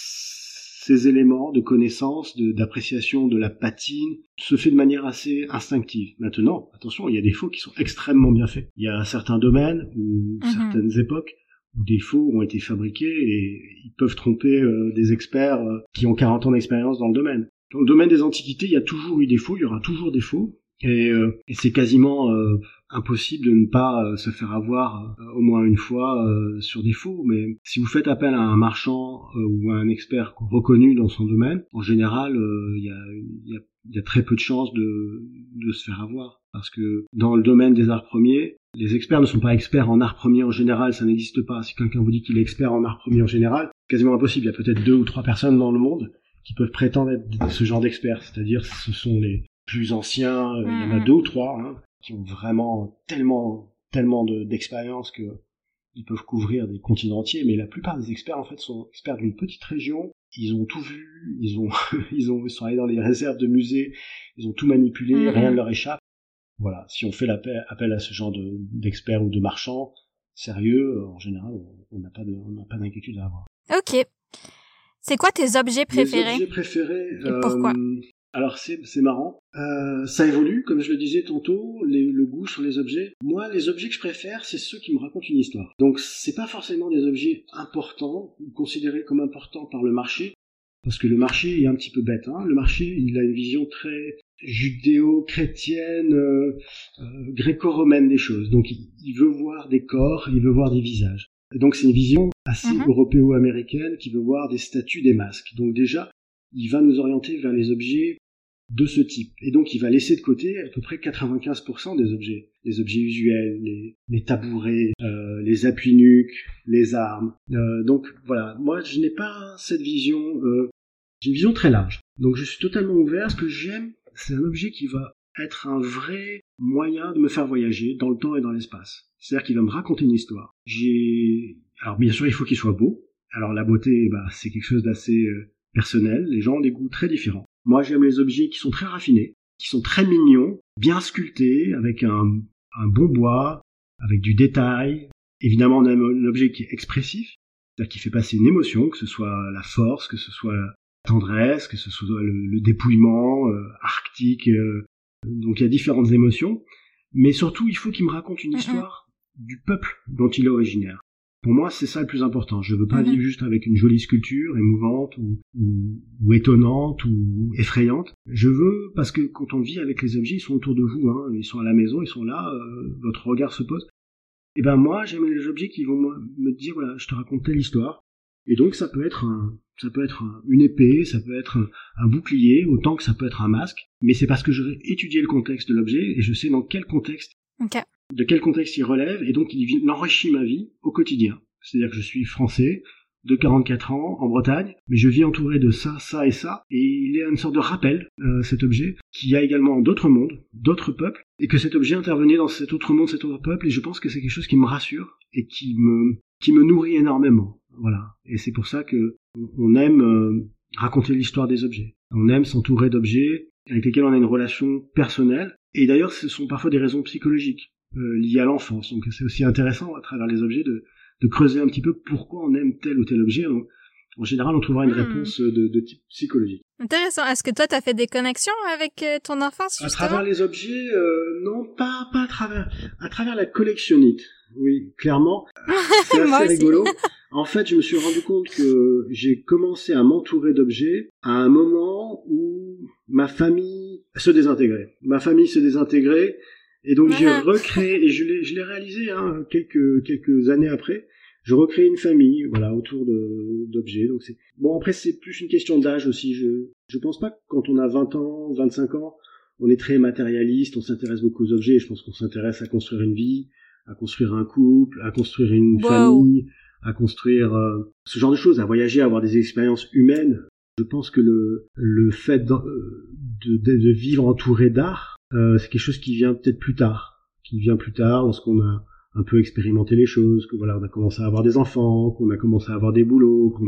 ces éléments de connaissance, de, d'appréciation de la patine, se fait de manière assez instinctive. Maintenant, attention, il y a des faux qui sont extrêmement bien faits. Il y a certains domaines ou mm-hmm. certaines époques où des faux ont été fabriqués et ils peuvent tromper euh, des experts euh, qui ont quarante ans d'expérience dans le domaine. Dans le domaine des antiquités, il y a toujours eu des faux, il y aura toujours des faux, et, euh, et c'est quasiment euh, impossible de ne pas euh, se faire avoir euh, au moins une fois euh, sur des faux. Mais si vous faites appel à un marchand euh, ou à un expert reconnu dans son domaine, en général, euh, il y, a, y, a, y a très peu de chances de, de se faire avoir. Parce que dans le domaine des arts premiers, les experts ne sont pas experts en art premier en général, ça n'existe pas. Si quelqu'un vous dit qu'il est expert en art premier en général, c'est quasiment impossible. Il y a peut-être deux ou trois personnes dans le monde qui peuvent prétendre être ce genre d'experts. C'est-à-dire, ce sont les plus anciens, mmh. il y en a deux ou trois, hein, qui ont vraiment tellement, tellement de, d'expérience que ils peuvent couvrir des continents entiers. Mais la plupart des experts, en fait, sont experts d'une petite région. Ils ont tout vu, ils ont, ils ont, ils sont allés dans les réserves de musées, ils ont tout manipulé, mmh. rien ne leur échappe. Voilà, si on fait l'appel, appel à ce genre de, d'experts ou de marchands sérieux, en général, on n'a pas de, on n'a pas d'inquiétude à avoir. Ok. C'est quoi tes objets préférés ? Les objets préférés. Et euh, pourquoi ? Alors c'est, c'est marrant. Euh, ça évolue, comme je le disais tantôt, les, le goût sur les objets. Moi, les objets que je préfère, c'est ceux qui me racontent une histoire. Donc, c'est pas forcément des objets importants ou considérés comme importants par le marché, parce que le marché est un petit peu bête. Hein. Le marché, il a une vision très judéo-chrétienne, euh, euh, gréco-romaine des choses. Donc il, il veut voir des corps, il veut voir des visages. Et donc c'est une vision assez mm-hmm. européo-américaine qui veut voir des statues, des masques. Donc déjà, il va nous orienter vers les objets de ce type. Et donc il va laisser de côté à peu près quatre-vingt-quinze pour cent des objets. Les objets usuels, les, les tabourets, euh, les appuis-nuques, les armes. Euh, donc voilà, moi je n'ai pas cette vision, euh, j'ai une vision très large. Donc je suis totalement ouvert. Ce que j'aime, c'est un objet qui va être un vrai moyen de me faire voyager dans le temps et dans l'espace. C'est-à-dire qu'il va me raconter une histoire. J'ai, alors bien sûr, il faut qu'il soit beau. Alors la beauté, bah, c'est quelque chose d'assez euh, personnel. Les gens ont des goûts très différents. Moi, j'aime les objets qui sont très raffinés, qui sont très mignons, bien sculptés, avec un, un bon bois, avec du détail. Évidemment, on aime un objet qui est expressif, c'est-à-dire qui fait passer une émotion, que ce soit la force, que ce soit tendresse, que ce soit le, le dépouillement euh, arctique, euh, donc il y a différentes émotions, mais surtout il faut qu'il me raconte une histoire mm-hmm. du peuple dont il est originaire. Pour moi, c'est ça le plus important. Je veux pas mm-hmm. vivre juste avec une jolie sculpture émouvante ou, ou, ou étonnante ou effrayante. Je veux, parce que quand on vit avec les objets, ils sont autour de vous, hein, ils sont à la maison, ils sont là, euh, votre regard se pose. Et ben moi, j'aime les objets qui vont me dire, voilà, je te raconte telle histoire. Et donc ça peut être un, ça peut être une épée, ça peut être un, un bouclier, autant que ça peut être un masque. Mais c'est parce que j'ai étudié le contexte de l'objet et je sais dans quel contexte, okay. de quel contexte il relève, et donc il, il enrichit ma vie au quotidien. C'est-à-dire que je suis français, de quarante-quatre ans, en Bretagne, mais je vis entouré de ça, ça et ça, et il est une sorte de rappel, euh, cet objet, qu'il y a également d'autres mondes, d'autres peuples, et que cet objet intervenait dans cet autre monde, cet autre peuple, et je pense que c'est quelque chose qui me rassure et qui me, qui me nourrit énormément. Voilà. Et c'est pour ça que on aime euh, raconter l'histoire des objets. On aime s'entourer d'objets avec lesquels on a une relation personnelle. Et d'ailleurs, ce sont parfois des raisons psychologiques euh, liées à l'enfance. Donc c'est aussi intéressant à travers les objets de, de creuser un petit peu pourquoi on aime tel ou tel objet. Donc, en général, on trouvera une mmh. réponse de, de type psychologique. Intéressant. Est-ce que toi, tu as fait des connexions avec ton enfance, justement ? À travers les objets, euh, non, pas, pas à travers, à travers la collectionnite. Oui, clairement. C'est assez rigolo. En fait, je me suis rendu compte que j'ai commencé à m'entourer d'objets à un moment où ma famille se désintégrait. Ma famille se désintégrait, et donc j'ai recréé, et je l'ai, je l'ai réalisé hein, quelques, quelques années après, je recrée une famille, voilà, autour de, d'objets. Donc c'est bon. Après, c'est plus une question d'âge aussi. Je, je pense pas que quand on a vingt ans, vingt-cinq ans, on est très matérialiste, on s'intéresse beaucoup aux objets. Je pense qu'on s'intéresse à construire une vie, à construire un couple, à construire une wow. famille, à construire euh, ce genre de choses, à voyager, à avoir des expériences humaines. Je pense que le, le fait de, de, de vivre entouré d'art, euh, c'est quelque chose qui vient peut-être plus tard, qui vient plus tard lorsqu'on a un peu expérimenté les choses, que voilà, on a commencé à avoir des enfants, qu'on a commencé à avoir des boulots, qu'on a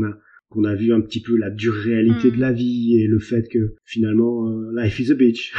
qu'on a vu un petit peu la dure réalité mmh. de la vie et le fait que finalement euh, life is a bitch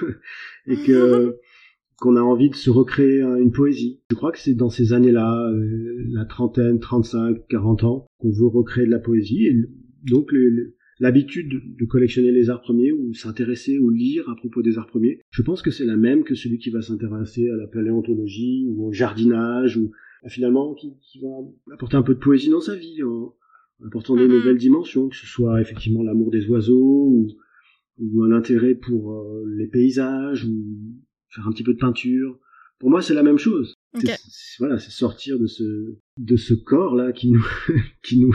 et que qu'on a envie de se recréer une poésie. Je crois que c'est dans ces années-là, euh, la trentaine, trente-cinq, quarante ans, qu'on veut recréer de la poésie. Et donc le, le, l'habitude de collectionner les arts premiers ou s'intéresser ou lire à propos des arts premiers, je pense que c'est la même que celui qui va s'intéresser à la paléontologie ou au jardinage ou finalement qui, qui va apporter un peu de poésie dans sa vie en, en apportant des nouvelles dimensions, que ce soit effectivement l'amour des oiseaux ou, ou un intérêt pour euh, les paysages ou faire un petit peu de peinture. Pour moi, c'est la même chose. Okay. C'est, c'est, voilà, c'est sortir de ce de ce corps là qui nous qui nous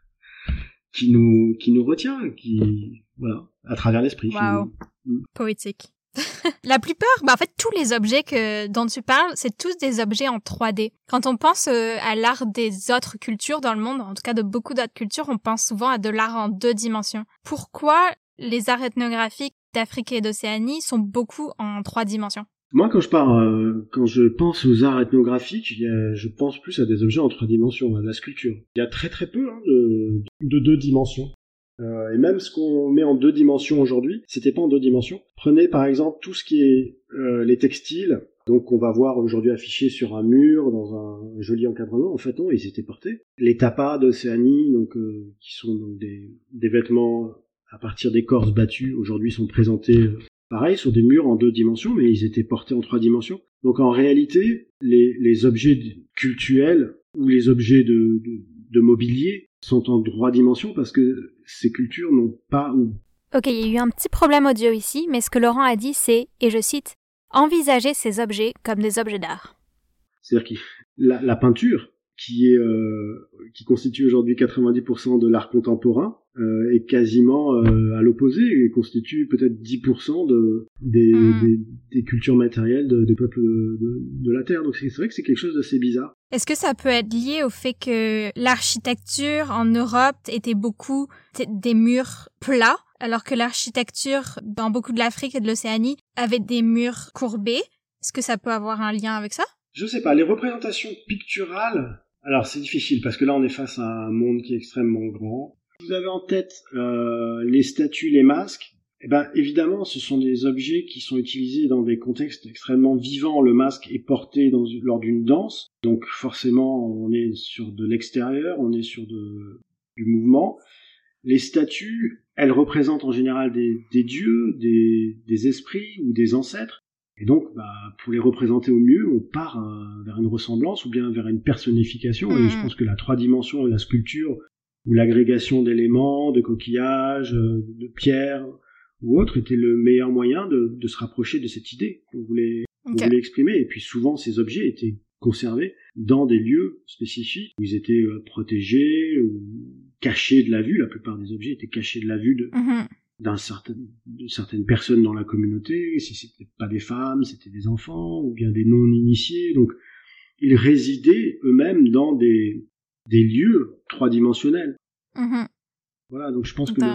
qui nous qui nous retient, qui voilà, à travers l'esprit. Waouh, poétique. La plupart, bah en fait, tous les objets que dont tu parles, c'est tous des objets en trois D. Quand on pense euh, à l'art des autres cultures dans le monde, en tout cas de beaucoup d'autres cultures, on pense souvent à de l'art en deux dimensions. Pourquoi les arts ethnographiques d'Afrique et d'Océanie sont beaucoup en trois dimensions? Moi, quand je pars, euh, quand je pense aux arts ethnographiques, il y a, je pense plus à des objets en trois dimensions, à la sculpture. Il y a très très peu hein, de, de deux dimensions. Euh, et même ce qu'on met en deux dimensions aujourd'hui, c'était pas en deux dimensions. Prenez par exemple tout ce qui est euh, les textiles, donc on va voir aujourd'hui affichés sur un mur dans un joli encadrement. En fait, non, ils étaient portés. Les tapas d'Océanie, donc euh, qui sont donc des, des vêtements à partir d'écorces battues, aujourd'hui sont présentés euh, pareil sur des murs en deux dimensions, mais ils étaient portés en trois dimensions. Donc en réalité, les, les objets cultuels ou les objets de, de, de mobilier sont en trois dimensions parce que ces cultures n'ont pas... Ou... Ok, il y a eu un petit problème audio ici, mais ce que Laurent a dit, c'est, et je cite, « envisager ces objets comme des objets d'art ». C'est-à-dire que la, la peinture, qui est euh, qui constitue aujourd'hui quatre-vingt-dix pour cent de l'art contemporain, euh, est quasiment euh, à l'opposé et constitue peut-être dix pour cent de des, mmh. des, des cultures matérielles de, des peuples de, de, de la Terre. Donc c'est, c'est vrai que c'est quelque chose d'assez bizarre. Est-ce que ça peut être lié au fait que l'architecture en Europe était beaucoup des murs plats, alors que l'architecture dans beaucoup de l'Afrique et de l'Océanie avait des murs courbés? Est-ce que ça peut avoir un lien avec ça? Je sais pas, les représentations picturales, alors c'est difficile parce que là on est face à un monde qui est extrêmement grand. Vous avez en tête euh, les statues, les masques. Eh ben évidemment, ce sont des objets qui sont utilisés dans des contextes extrêmement vivants. Le masque est porté dans, lors d'une danse, donc forcément on est sur de l'extérieur, on est sur de, du mouvement. Les statues, elles représentent en général des, des dieux, des, des esprits ou des ancêtres. Et donc, bah, pour les représenter au mieux, on part euh, vers une ressemblance ou bien vers une personnification. Mmh. Et je pense que la trois dimensions et la sculpture, ou l'agrégation d'éléments, de coquillages, de pierres ou autres, était le meilleur moyen de, de se rapprocher de cette idée qu'on voulait, okay. qu'on voulait exprimer. Et puis souvent, ces objets étaient conservés dans des lieux spécifiques où ils étaient euh, protégés ou cachés de la vue. La plupart des objets étaient cachés de la vue de... Mmh. D'un certain, de certaines personnes dans la communauté, si c'était pas des femmes, c'était des enfants, ou bien des non-initiés, donc ils résidaient eux-mêmes dans des, des lieux trois-dimensionnels. Mmh. Voilà, donc je pense que, le,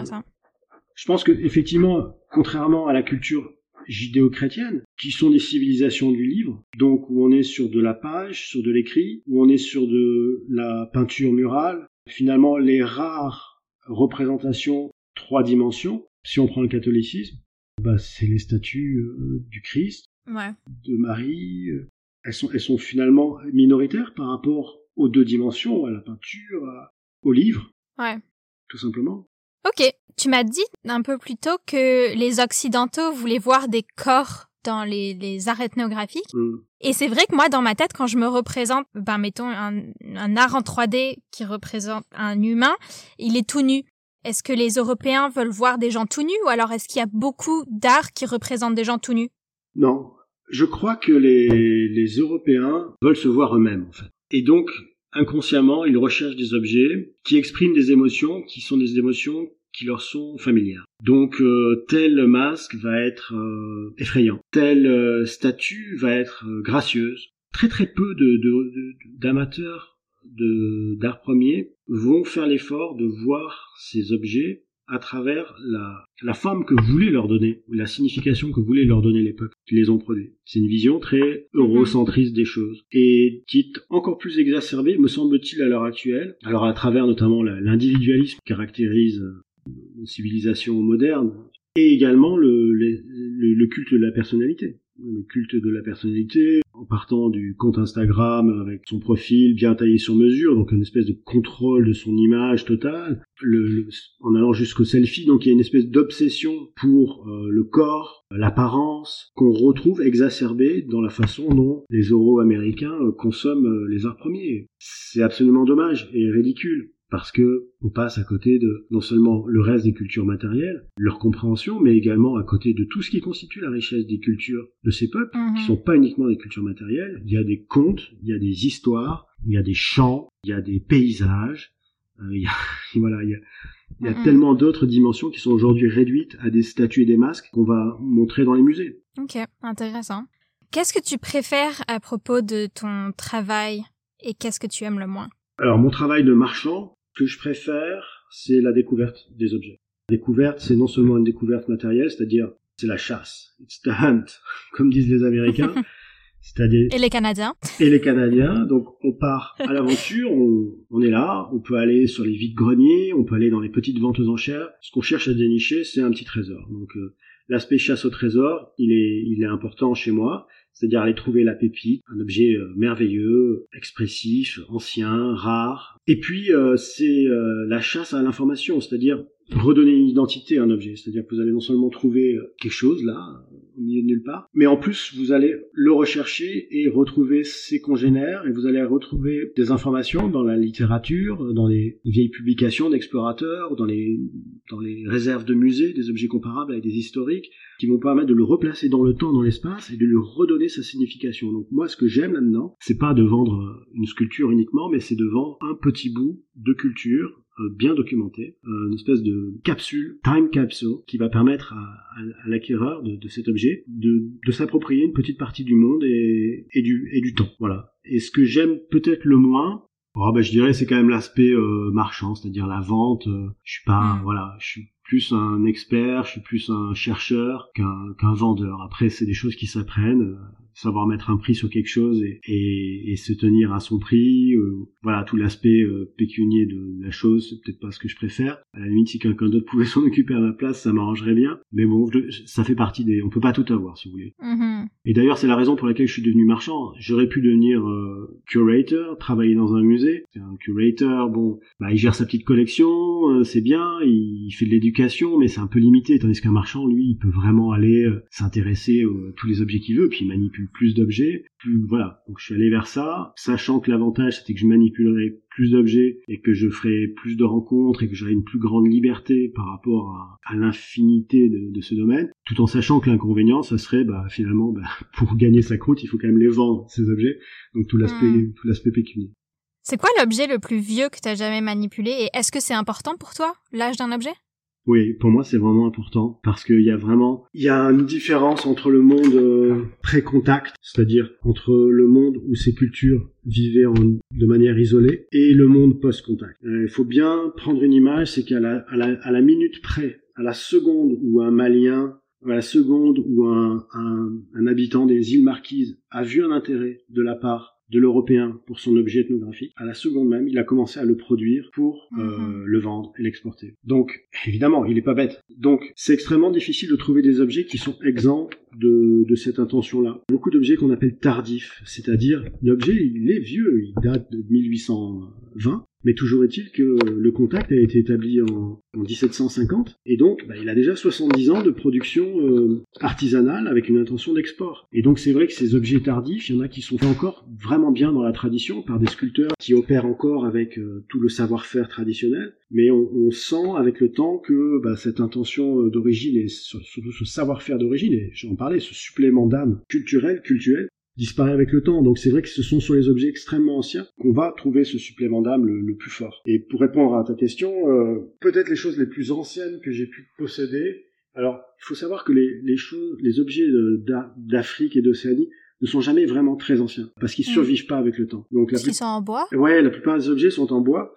je pense que, effectivement, contrairement à la culture judéo-chrétienne, qui sont des civilisations du livre, donc où on est sur de la page, sur de l'écrit, où on est sur de la peinture murale, finalement les rares représentations trois dimensions, si on prend le catholicisme, bah c'est les statues euh, du Christ, ouais. de Marie. Euh, elles sont, elles sont finalement minoritaires par rapport aux deux dimensions, à la peinture, à, au livre. Ouais. Tout simplement. Ok. Tu m'as dit un peu plus tôt que les Occidentaux voulaient voir des corps dans les, les arts ethnographiques. Mm. Et c'est vrai que moi, dans ma tête, quand je me représente, ben, mettons un, un art en trois D qui représente un humain, il est tout nu. Est-ce que les Européens veulent voir des gens tout nus ou alors est-ce qu'il y a beaucoup d'art qui représentent des gens tout nus? Non, je crois que les, les Européens veulent se voir eux-mêmes en fait. Et donc, inconsciemment, ils recherchent des objets qui expriment des émotions qui sont des émotions qui leur sont familières. Donc, euh, tel masque va être euh, effrayant, telle euh, statue va être euh, gracieuse. Très très peu de, de, de, d'amateurs de, d'art premier vont faire l'effort de voir ces objets à travers la, la forme que voulait leur donner, la signification que voulaient leur donner les peuples qui les ont produits. C'est une vision très eurocentriste des choses, et qui est encore plus exacerbée, me semble-t-il, à l'heure actuelle, alors à travers notamment la, l'individualisme qui caractérise une civilisation moderne, et également le, le, le culte de la personnalité. Le culte de la personnalité, en partant du compte Instagram avec son profil bien taillé sur mesure, donc une espèce de contrôle de son image totale, le, le, en allant jusqu'au selfie, donc il y a une espèce d'obsession pour euh, le corps, l'apparence, qu'on retrouve exacerbée dans la façon dont les Euro-Américains euh, consomment euh, les arts premiers. C'est absolument dommage et ridicule. Parce que on passe à côté de non seulement le reste des cultures matérielles, leur compréhension, mais également à côté de tout ce qui constitue la richesse des cultures de ces peuples, mmh. qui sont pas uniquement des cultures matérielles. Il y a des contes, il y a des histoires, il y a des chants, il y a des paysages, euh, il y a, voilà, il y a, il y a mmh. tellement d'autres dimensions qui sont aujourd'hui réduites à des statues et des masques qu'on va montrer dans les musées. Ok, intéressant. Qu'est-ce que tu préfères à propos de ton travail et qu'est-ce que tu aimes le moins? Alors, mon travail de marchand, ce que je préfère, c'est la découverte des objets. La découverte, c'est non seulement une découverte matérielle, c'est-à-dire, c'est la chasse. It's the hunt, comme disent les Américains. C'est-à-dire... Et les Canadiens. Et les Canadiens. Donc, on part à l'aventure, on, on est là, on peut aller sur les vides-greniers, on peut aller dans les petites ventes aux enchères. Ce qu'on cherche à dénicher, c'est un petit trésor. Donc, euh, l'aspect chasse au trésor, il est, il est important chez moi. C'est-à-dire aller trouver la pépite, un objet euh, merveilleux, expressif, ancien, rare. Et puis, euh, c'est euh, la chasse à l'information, c'est-à-dire redonner une identité à un objet. C'est-à-dire que vous allez non seulement trouver quelque chose, là, au milieu de nulle part, mais en plus, vous allez le rechercher et retrouver ses congénères, et vous allez retrouver des informations dans la littérature, dans les vieilles publications d'explorateurs, dans les, dans les réserves de musées, des objets comparables avec des historiques, qui vont permettre de le replacer dans le temps, dans l'espace, et de lui redonner sa signification. Donc moi, ce que j'aime là-dedans, c'est pas de vendre une sculpture uniquement, mais c'est de vendre un petit bout de culture, euh, bien documentée, euh, une espèce de capsule, time capsule, qui va permettre à, à, à l'acquéreur de, de cet objet de, de s'approprier une petite partie du monde et, et, du, et du temps. Voilà. Et ce que j'aime peut-être le moins, oh, bah, je dirais c'est quand même l'aspect euh, marchand, c'est-à-dire la vente. Euh, je suis pas, mmh. voilà, je suis plus un expert, je suis plus un chercheur qu'un, qu'un vendeur. Après, c'est des choses qui s'apprennent, euh, savoir mettre un prix sur quelque chose et, et, et se tenir à son prix. Euh, voilà, tout l'aspect euh, pécunier de la chose, c'est peut-être pas ce que je préfère. À la limite, si quelqu'un d'autre pouvait s'en occuper à ma place, ça m'arrangerait bien. Mais bon, je, ça fait partie des... On peut pas tout avoir, si vous voulez. Mm-hmm. Et d'ailleurs, c'est la raison pour laquelle je suis devenu marchand. J'aurais pu devenir euh, curator, travailler dans un musée. C'est un curator, bon, bah, il gère sa petite collection, euh, c'est bien, il, il fait de l'éducation, mais c'est un peu limité. Tandis qu'un marchand, lui, il peut vraiment aller euh, s'intéresser à tous les objets qu'il veut, puis il manipule plus d'objets. Plus, voilà. Donc je suis allé vers ça, sachant que l'avantage, c'était que je manipulerais plus d'objets et que je ferais plus de rencontres et que j'aurais une plus grande liberté par rapport à, à l'infinité de, de ce domaine, tout en sachant que l'inconvénient, ça serait bah, finalement, bah, pour gagner sa croûte, il faut quand même les vendre, ces objets. Donc tout l'aspect, mmh. tout l'aspect pécunier. C'est quoi l'objet le plus vieux que tu as jamais manipulé et est-ce que c'est important pour toi, l'âge d'un objet ? Oui, pour moi, c'est vraiment important parce qu'il y a vraiment, il y a une différence entre le monde euh, pré-contact, c'est-à-dire entre le monde où ces cultures vivaient en, de manière isolée et le monde post-contact. Euh, il faut bien prendre une image, c'est qu'à la, à la, à la minute près, à la seconde où un Malien, à la seconde où un, un, un habitant des îles Marquises a vu un intérêt de la part de l'Européen pour son objet ethnographique, à la seconde même, il a commencé à le produire pour euh, mmh. le vendre et l'exporter. Donc, évidemment, il est pas bête. Donc, c'est extrêmement difficile de trouver des objets qui sont exempts de, de cette intention-là. Beaucoup d'objets qu'on appelle tardifs, c'est-à-dire l'objet, il est vieux, il date de mille huit cent vingt, mais toujours est-il que le contact a été établi en, en dix-sept cent cinquante, et donc bah, il a déjà soixante-dix ans de production euh, artisanale avec une intention d'export. Et donc c'est vrai que ces objets tardifs, il y en a qui sont encore vraiment bien dans la tradition par des sculpteurs qui opèrent encore avec euh, tout le savoir-faire traditionnel, mais on, on sent avec le temps que bah, cette intention d'origine et surtout ce savoir-faire d'origine, et j'en parlais, ce supplément d'âme culturel, cultuel, disparaît avec le temps. Donc c'est vrai que ce sont sur les objets extrêmement anciens qu'on va trouver ce supplément d'âme le, le plus fort. Et pour répondre à ta question, euh, peut-être les choses les plus anciennes que j'ai pu posséder. Alors, il faut savoir que les, les choses, les objets de, d'Afrique et d'Océanie ne sont jamais vraiment très anciens, parce qu'ils mmh. survivent pas avec le temps. Donc, parce la plus... qu'ils sont en bois ? Ouais, la plupart des objets sont en bois.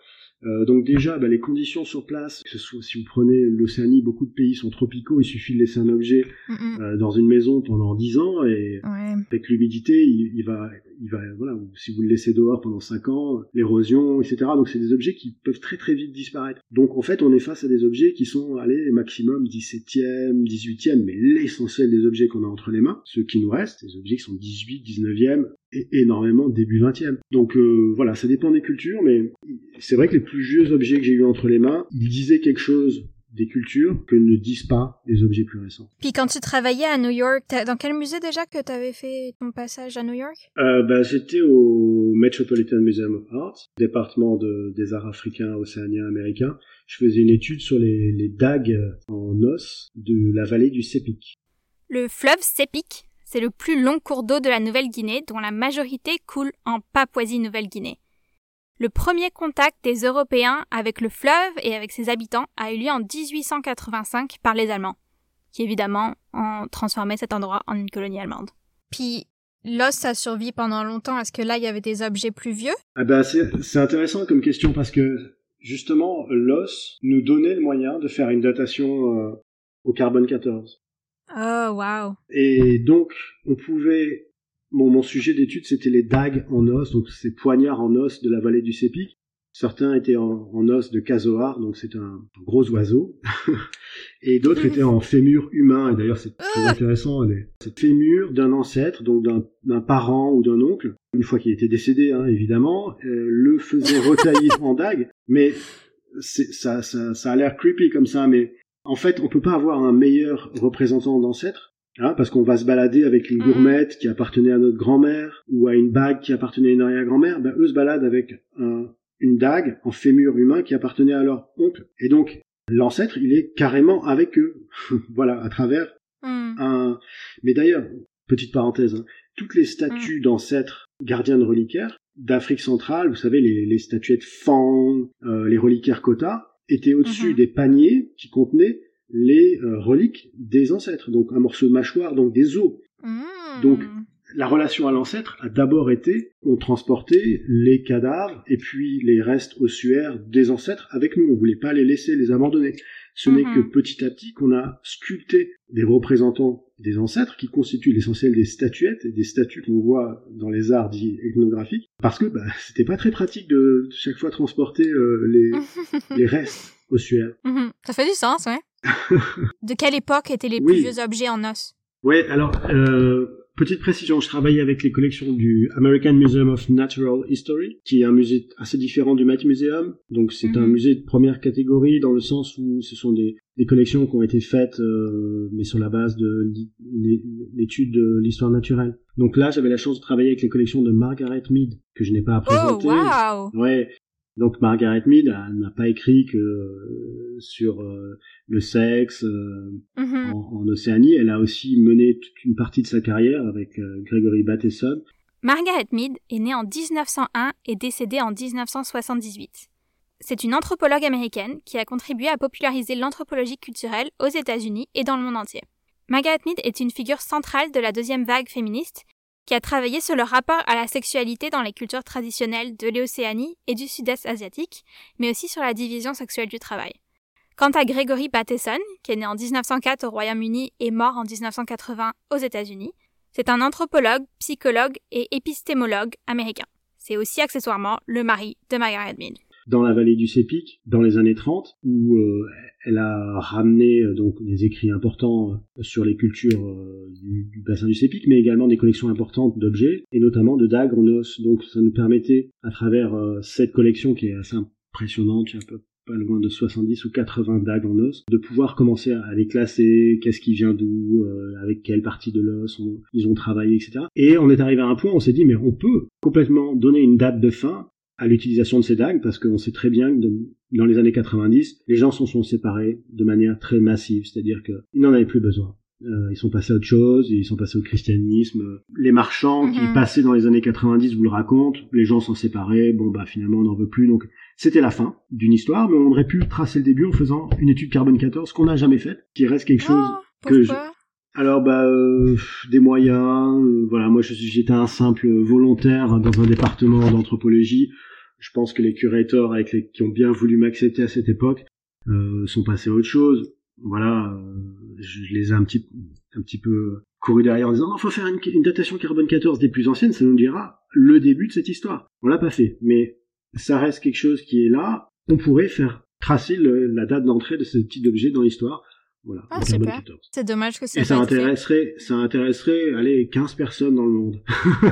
Euh, donc déjà, bah, les conditions sur place, que ce soit si vous prenez l'Océanie, beaucoup de pays sont tropicaux, il suffit de laisser un objet euh, dans une maison pendant dix ans et ouais. avec l'humidité, il, il va, il va, voilà, ou si vous le laissez dehors pendant cinq ans, l'érosion, et cetera. Donc c'est des objets qui peuvent très très vite disparaître. Donc en fait, on est face à des objets qui sont, allez, maximum dix-septième, dix-huitième, mais l'essentiel des objets qu'on a entre les mains, ceux qui nous restent, des objets qui sont dix-huit, dix-neuvième, et énormément début vingtième. Donc euh, voilà, ça dépend des cultures, mais c'est vrai que les plus vieux objets que j'ai eu entre les mains, ils disaient quelque chose des cultures que ne disent pas les objets plus récents. Puis quand tu travaillais à New York, dans quel musée déjà que tu avais fait ton passage à New York? euh, bah, J'étais au Metropolitan Museum of Art, département de, des arts africains, océaniens, américains. Je faisais une étude sur les, les dagues en os de la vallée du Sepik. Le fleuve Sepik, c'est le plus long cours d'eau de la Nouvelle-Guinée, dont la majorité coule en Papouasie-Nouvelle-Guinée. Le premier contact des Européens avec le fleuve et avec ses habitants a eu lieu en dix-huit cent quatre-vingt-cinq par les Allemands, qui évidemment ont transformé cet endroit en une colonie allemande. Puis, l'os a survécu pendant longtemps. Est-ce que là, il y avait des objets plus vieux? Ah ben, c'est, c'est intéressant comme question parce que, justement, l'os nous donnait le moyen de faire une datation euh, au carbone quatorze. Oh, wow. Et donc, on pouvait... Bon, mon sujet d'étude, c'était les dagues en os, donc ces poignards en os de la vallée du Sepik. Certains étaient en, en os de casoar, donc c'est un, un gros oiseau. Et d'autres étaient en fémur humain, et d'ailleurs c'est très intéressant. Les, c'est fémur d'un ancêtre, donc d'un, d'un parent ou d'un oncle, une fois qu'il était décédé, hein, évidemment, euh, le faisait retaillir en dague. Mais c'est, ça, ça, ça a l'air creepy comme ça, mais en fait, on peut pas avoir un meilleur représentant d'ancêtre. Hein, parce qu'on va se balader avec une gourmette qui appartenait à notre grand-mère ou à une bague qui appartenait à une arrière-grand-mère, ben eux se baladent avec un, une dague en fémur humain qui appartenait à leur oncle. Et donc, l'ancêtre, il est carrément avec eux. Voilà, à travers mm. un... Mais d'ailleurs, petite parenthèse, hein, toutes les statues mm. d'ancêtres gardiens de reliquaires d'Afrique centrale, vous savez, les, les statuettes Fang, euh, les reliquaires Kota, étaient au-dessus mm-hmm. des paniers qui contenaient les euh, reliques des ancêtres, donc un morceau de mâchoire, donc des os. Mmh. Donc la relation à l'ancêtre a d'abord été, on transportait les cadavres et puis les restes ossuaires des ancêtres avec nous, on voulait pas les laisser, les abandonner. Ce mmh. n'est que petit à petit qu'on a sculpté des représentants des ancêtres qui constituent l'essentiel des statuettes et des statues qu'on voit dans les arts dits ethnographiques, parce que bah, c'était pas très pratique de chaque fois transporter euh, les, les restes ossuaires. Mmh. Ça fait du sens, ouais. De quelle époque étaient les oui. plus vieux objets en os? Ouais, alors, euh, petite précision, je travaillais avec les collections du American Museum of Natural History, qui est un musée assez différent du Met Museum. Donc c'est mm-hmm. un musée de première catégorie dans le sens où ce sont des, des collections qui ont été faites, euh, mais sur la base de l'étude de l'histoire naturelle. Donc là, j'avais la chance de travailler avec les collections de Margaret Mead, que je n'ai pas à présenter. Oh, wow! Ouais. Donc Margaret Mead elle n'a pas écrit que euh, sur euh, le sexe euh, mm-hmm. en, en Océanie, elle a aussi mené toute une partie de sa carrière avec euh, Gregory Bateson. Margaret Mead est née en dix-neuf cent un et décédée en dix-neuf cent soixante-dix-huit. C'est une anthropologue américaine qui a contribué à populariser l'anthropologie culturelle aux États-Unis et dans le monde entier. Margaret Mead est une figure centrale de la deuxième vague féministe qui a travaillé sur le rapport à la sexualité dans les cultures traditionnelles de l'Océanie et du Sud-Est asiatique, mais aussi sur la division sexuelle du travail. Quant à Gregory Bateson, qui est né en dix-neuf cent quatre au Royaume-Uni et mort en dix-neuf cent quatre-vingts aux États-Unis, c'est un anthropologue, psychologue et épistémologue américain. C'est aussi accessoirement le mari de Margaret Mead. Dans la vallée du Sepik, dans les années trente, où euh, elle a ramené euh, donc des écrits importants euh, sur les cultures euh, du, du bassin du Sepik, mais également des collections importantes d'objets, et notamment de dagues en os. Donc ça nous permettait, à travers euh, cette collection qui est assez impressionnante, j'ai un peu pas loin de soixante-dix ou quatre-vingts dagues en os, de pouvoir commencer à les classer, qu'est-ce qui vient d'où, euh, avec quelle partie de l'os on, ils ont travaillé, et cetera. Et on est arrivé à un point où on s'est dit, mais on peut complètement donner une date de fin à l'utilisation de ces dagues, parce qu'on sait très bien que de, dans les années quatre-vingt-dix, les gens s'en sont séparés de manière très massive, c'est-à-dire qu'ils n'en avaient plus besoin. Euh, ils sont passés à autre chose, ils sont passés au christianisme. Les marchands mm-hmm. qui passaient dans les années quatre-vingt-dix vous le racontent, les gens s'en séparaient, bon bah finalement on n'en veut plus, donc c'était la fin d'une histoire, mais on aurait pu tracer le début en faisant une étude carbone quatorze qu'on n'a jamais faite, qui reste quelque chose oh, que je... Alors bah euh, des moyens, euh, voilà, moi je, j'étais un simple volontaire dans un département d'anthropologie. je pense que les curators avec les, qui ont bien voulu m'accepter à cette époque euh, sont passés à autre chose. Voilà, euh, je, je les ai un petit, un petit peu couru derrière en disant non, faut faire une, une datation carbone quatorze des plus anciennes, ça nous dira le début de cette histoire. On l'a pas fait, mais ça reste quelque chose qui est là. On pourrait faire tracer le, la date d'entrée de ce type d'objet dans l'histoire. Voilà, ah, super. C'est dommage que ça Et ça intéresserait, ça intéresserait, allez, quinze personnes dans le monde.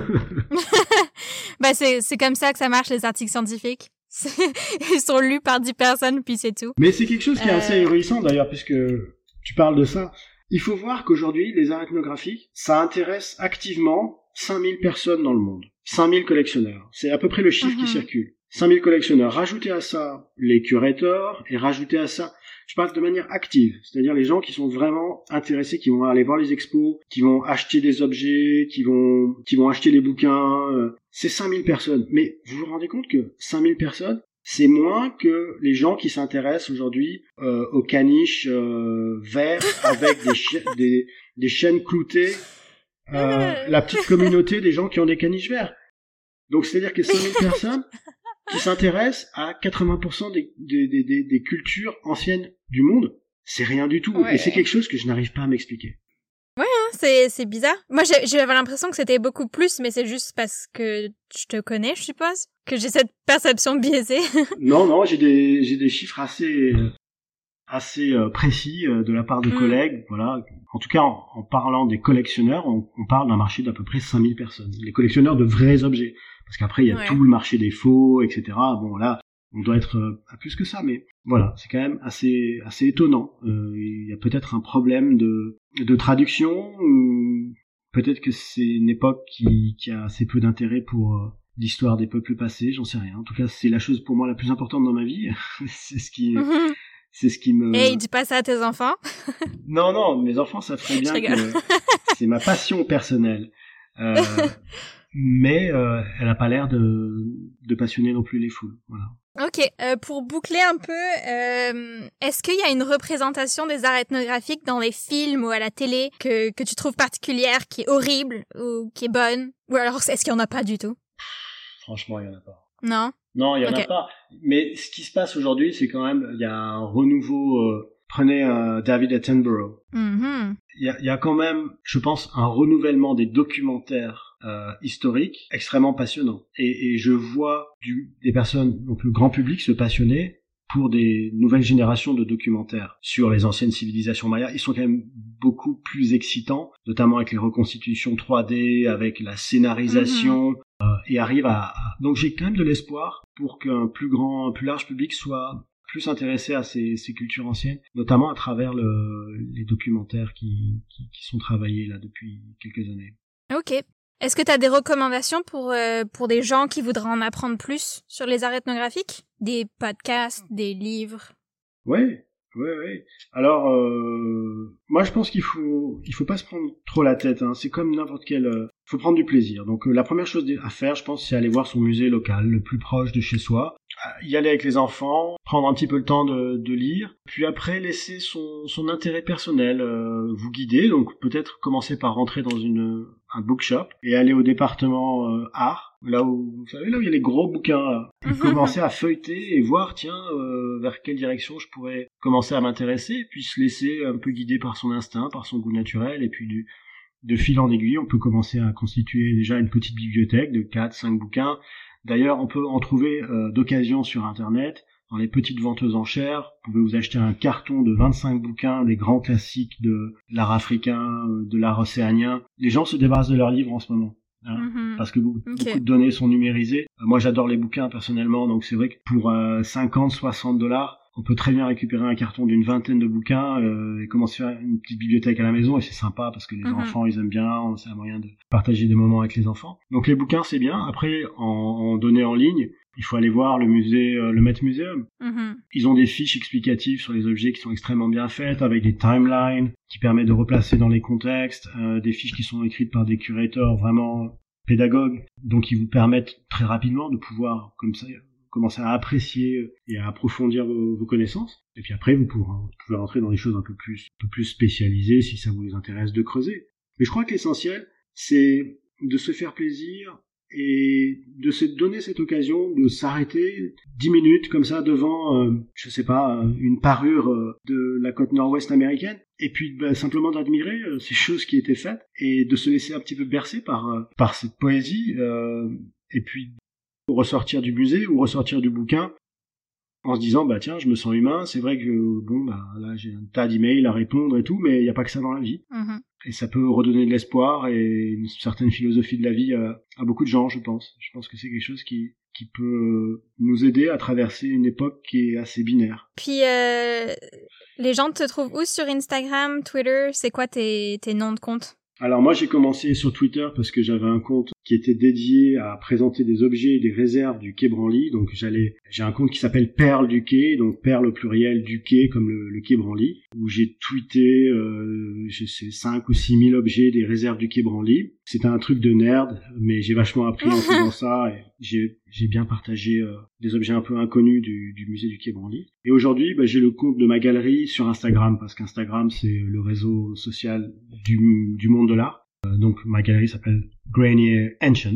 Bah, c'est, c'est comme ça que ça marche, les articles scientifiques. C'est... Ils sont lus par dix personnes, puis c'est tout. Mais c'est quelque chose qui est euh... assez héroïsant, d'ailleurs, puisque tu parles de ça. Il faut voir qu'aujourd'hui, les arts ethnographiques, ça intéresse activement cinq mille personnes dans le monde. cinq mille collectionneurs. C'est à peu près le chiffre mm-hmm. qui circule. cinq mille collectionneurs. Rajoutez à ça les curators, et rajoutez à ça... Je parle de manière active, c'est-à-dire les gens qui sont vraiment intéressés, qui vont aller voir les expos, qui vont acheter des objets, qui vont qui vont acheter les bouquins. Euh, c'est cinq mille personnes. Mais vous vous rendez compte que cinq mille personnes, c'est moins que les gens qui s'intéressent aujourd'hui euh, aux caniches euh, verts avec des, chi- des, des chaînes cloutées. Euh, la petite communauté des gens qui ont des caniches verts. Donc c'est-à-dire que cinq mille personnes... qui s'intéressent à quatre-vingts pour cent des, des, des, des cultures anciennes du monde, c'est rien du tout. Ouais. Et c'est quelque chose que je n'arrive pas à m'expliquer. Ouais, hein, c'est, c'est bizarre. Moi, j'ai, j'avais l'impression que c'était beaucoup plus, mais c'est juste parce que je te connais, je suppose, que j'ai cette perception biaisée. non, non, j'ai des, j'ai des chiffres assez, assez euh, précis euh, de la part de mm. collègues. Voilà. En tout cas, en, en parlant des collectionneurs, on, on parle d'un marché d'à peu près cinq mille personnes. Les collectionneurs de vrais objets. Parce qu'après, il y a ouais. tout le marché des faux, et cetera. Bon, là, on doit être euh, à plus que ça, mais voilà, c'est quand même assez assez étonnant. Euh, il y a peut-être un problème de de traduction, ou peut-être que c'est une époque qui, qui a assez peu d'intérêt pour euh, l'histoire des peuples passés, j'en sais rien. En tout cas, c'est la chose pour moi la plus importante dans ma vie. c'est ce qui... Mm-hmm. C'est ce qui me... Et hey, dis pas ça à tes enfants. Non, non, mes enfants, ça ferait bien que... C'est ma passion personnelle. Euh... mais euh, elle a pas l'air de, de passionner non plus les foules. Voilà. Ok, euh, pour boucler un peu, euh, est-ce qu'il y a une représentation des arts ethnographiques dans les films ou à la télé que, que tu trouves particulière, qui est horrible ou qui est bonne? Ou alors est-ce qu'il y en a pas du tout? Franchement, il y en a pas. Non? Non, il y en okay. a pas. Mais ce qui se passe aujourd'hui, c'est quand même, il y a un renouveau... Euh, prenez euh, David Attenborough. Mm-hmm. Il y a, il y a quand même, je pense, un renouvellement des documentaires Euh, historique extrêmement passionnant et, et je vois du, des personnes, donc le grand public, se passionner pour des nouvelles générations de documentaires sur les anciennes civilisations mayas. Ils sont quand même beaucoup plus excitants, notamment avec les reconstitutions trois D, avec la scénarisation, mm-hmm. euh, et arrivent à, à... Donc j'ai quand même de l'espoir pour qu'un plus grand, un plus large public soit plus intéressé à ces, ces cultures anciennes, notamment à travers le, les documentaires qui, qui, qui sont travaillés là depuis quelques années. Ok. Est-ce que tu as des recommandations pour euh, pour des gens qui voudraient en apprendre plus sur les arts ethnographiques? Des podcasts, des livres? Oui, oui, oui. Alors, euh, moi je pense qu'il faut il faut pas se prendre trop la tête. Hein. C'est comme n'importe quel... Il euh, faut prendre du plaisir. Donc euh, la première chose à faire, je pense, c'est aller voir son musée local, le plus proche de chez soi. Y aller avec les enfants, prendre un petit peu le temps de, de lire, puis après laisser son, son intérêt personnel euh, vous guider. Donc peut-être commencer par rentrer dans une un bookshop et aller au département euh, art, là où vous savez là où il y a les gros bouquins, là. Et commencer à feuilleter et voir tiens euh, vers quelle direction je pourrais commencer à m'intéresser, puis se laisser un peu guider par son instinct, par son goût naturel, et puis du de fil en aiguille, on peut commencer à constituer déjà une petite bibliothèque de quatre cinq bouquins. D'ailleurs, on peut en trouver euh, d'occasion sur Internet, dans les petites ventes aux enchères. Vous pouvez vous acheter un carton de vingt-cinq bouquins, des grands classiques de l'art africain, de l'art océanien. Les gens se débarrassent de leurs livres en ce moment, hein, mm-hmm. parce que beaucoup, okay. beaucoup de données sont numérisées. Euh, moi, j'adore les bouquins personnellement, donc c'est vrai que pour euh, cinquante soixante dollars, on peut très bien récupérer un carton d'une vingtaine de bouquins euh, et commencer à faire une petite bibliothèque à la maison, et c'est sympa parce que les mm-hmm. enfants ils aiment bien, c'est un moyen de partager des moments avec les enfants. Donc les bouquins c'est bien. Après en, en données en ligne, il faut aller voir le musée, euh, le Met Museum. Mm-hmm. Ils ont des fiches explicatives sur les objets qui sont extrêmement bien faites, avec des timelines qui permettent de replacer dans les contextes, euh, des fiches qui sont écrites par des curateurs vraiment pédagogues, donc qui vous permettent très rapidement de pouvoir comme ça commencer à apprécier et à approfondir vos, vos connaissances. Et puis après, vous pouvez, vous pouvez rentrer dans des choses un peu plus, un peu plus spécialisées si ça vous intéresse de creuser. Mais je crois que l'essentiel, c'est de se faire plaisir et de se donner cette occasion de s'arrêter dix minutes comme ça devant, euh, je sais pas, une parure euh, de la côte nord-ouest américaine, et puis bah, simplement d'admirer euh, ces choses qui étaient faites et de se laisser un petit peu bercer par euh, par cette poésie, euh, et puis ressortir du musée ou ressortir du bouquin en se disant bah tiens, je me sens humain, c'est vrai que bon bah là j'ai un tas d'emails à répondre et tout, mais il y a pas que ça dans la vie. Mm-hmm. Et ça peut redonner de l'espoir et une certaine philosophie de la vie à, à beaucoup de gens, je pense. Je pense que c'est quelque chose qui qui peut nous aider à traverser une époque qui est assez binaire. Puis euh, les gens te trouvent où sur Instagram, Twitter? C'est quoi tes tes noms de compte? Alors moi j'ai commencé sur Twitter parce que j'avais un compte qui était dédié à présenter des objets et des réserves du Quai Branly. Donc j'allais, j'ai un compte qui s'appelle Perles du Quai, donc Perles au pluriel du Quai comme le, le Quai Branly, où j'ai tweeté euh, je sais cinq ou six mille objets des réserves du Quai Branly. C'était un truc de nerd, mais j'ai vachement appris en faisant ça et j'ai j'ai bien partagé euh, des objets un peu inconnus du, du musée du Quai Branly. Et aujourd'hui, bah, j'ai le compte de ma galerie sur Instagram parce qu'Instagram c'est le réseau social du du monde de l'art. Euh, donc ma galerie s'appelle Granier Ancient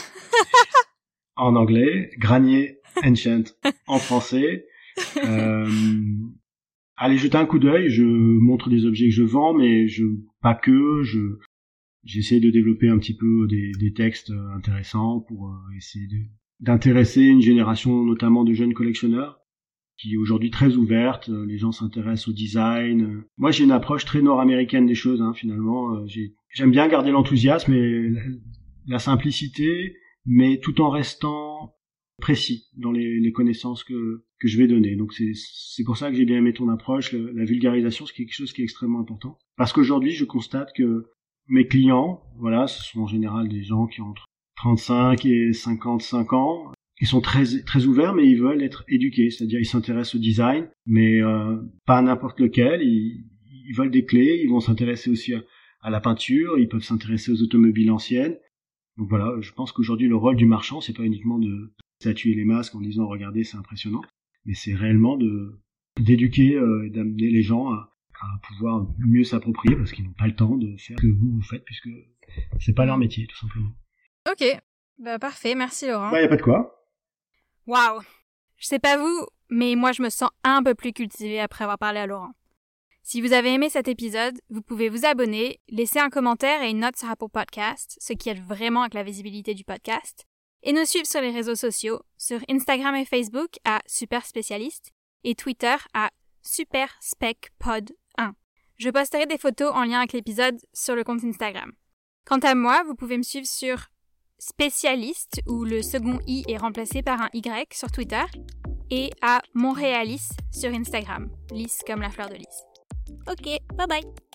en anglais, Granier Ancient en français. Euh, allez jeter un coup d'œil, je montre des objets que je vends, mais je pas que, je j'essaie de développer un petit peu des, des textes intéressants pour euh, essayer de, d'intéresser une génération notamment de jeunes collectionneurs qui est aujourd'hui très ouverte, les gens s'intéressent au design. Moi, j'ai une approche très nord-américaine des choses, hein, finalement. J'ai, j'aime bien garder l'enthousiasme et la, la simplicité, mais tout en restant précis dans les, les connaissances que, que je vais donner. Donc, c'est, c'est pour ça que j'ai bien aimé ton approche. La, la vulgarisation, c'est quelque chose qui est extrêmement important. Parce qu'aujourd'hui, je constate que mes clients, voilà, ce sont en général des gens qui ont entre trente-cinq et cinquante-cinq ans. Ils sont très très ouverts, mais ils veulent être éduqués, c'est-à-dire ils s'intéressent au design, mais euh, pas à n'importe lequel. Ils, ils veulent des clés, ils vont s'intéresser aussi à, à la peinture, ils peuvent s'intéresser aux automobiles anciennes. Donc voilà, je pense qu'aujourd'hui le rôle du marchand, c'est pas uniquement de statuer les masques en disant regardez c'est impressionnant, mais c'est réellement de d'éduquer euh, et d'amener les gens à, à pouvoir mieux s'approprier parce qu'ils n'ont pas le temps de faire ce que vous vous faites puisque c'est pas leur métier tout simplement. Ok, bah parfait, merci Laurent. Bah y a pas de quoi. Waouh! Je sais pas vous, mais moi je me sens un peu plus cultivée après avoir parlé à Laurent. Si vous avez aimé cet épisode, vous pouvez vous abonner, laisser un commentaire et une note sur Apple Podcast, ce qui aide vraiment avec la visibilité du podcast, et nous suivre sur les réseaux sociaux, sur Instagram et Facebook à Super Spécialiste et Twitter à Super Spec Pod un. Je posterai des photos en lien avec l'épisode sur le compte Instagram. Quant à moi, vous pouvez me suivre sur Spécialiste, où le second i est remplacé par un y sur Twitter, et à Montréalis sur Instagram, lys comme la fleur de lys. Ok, bye bye!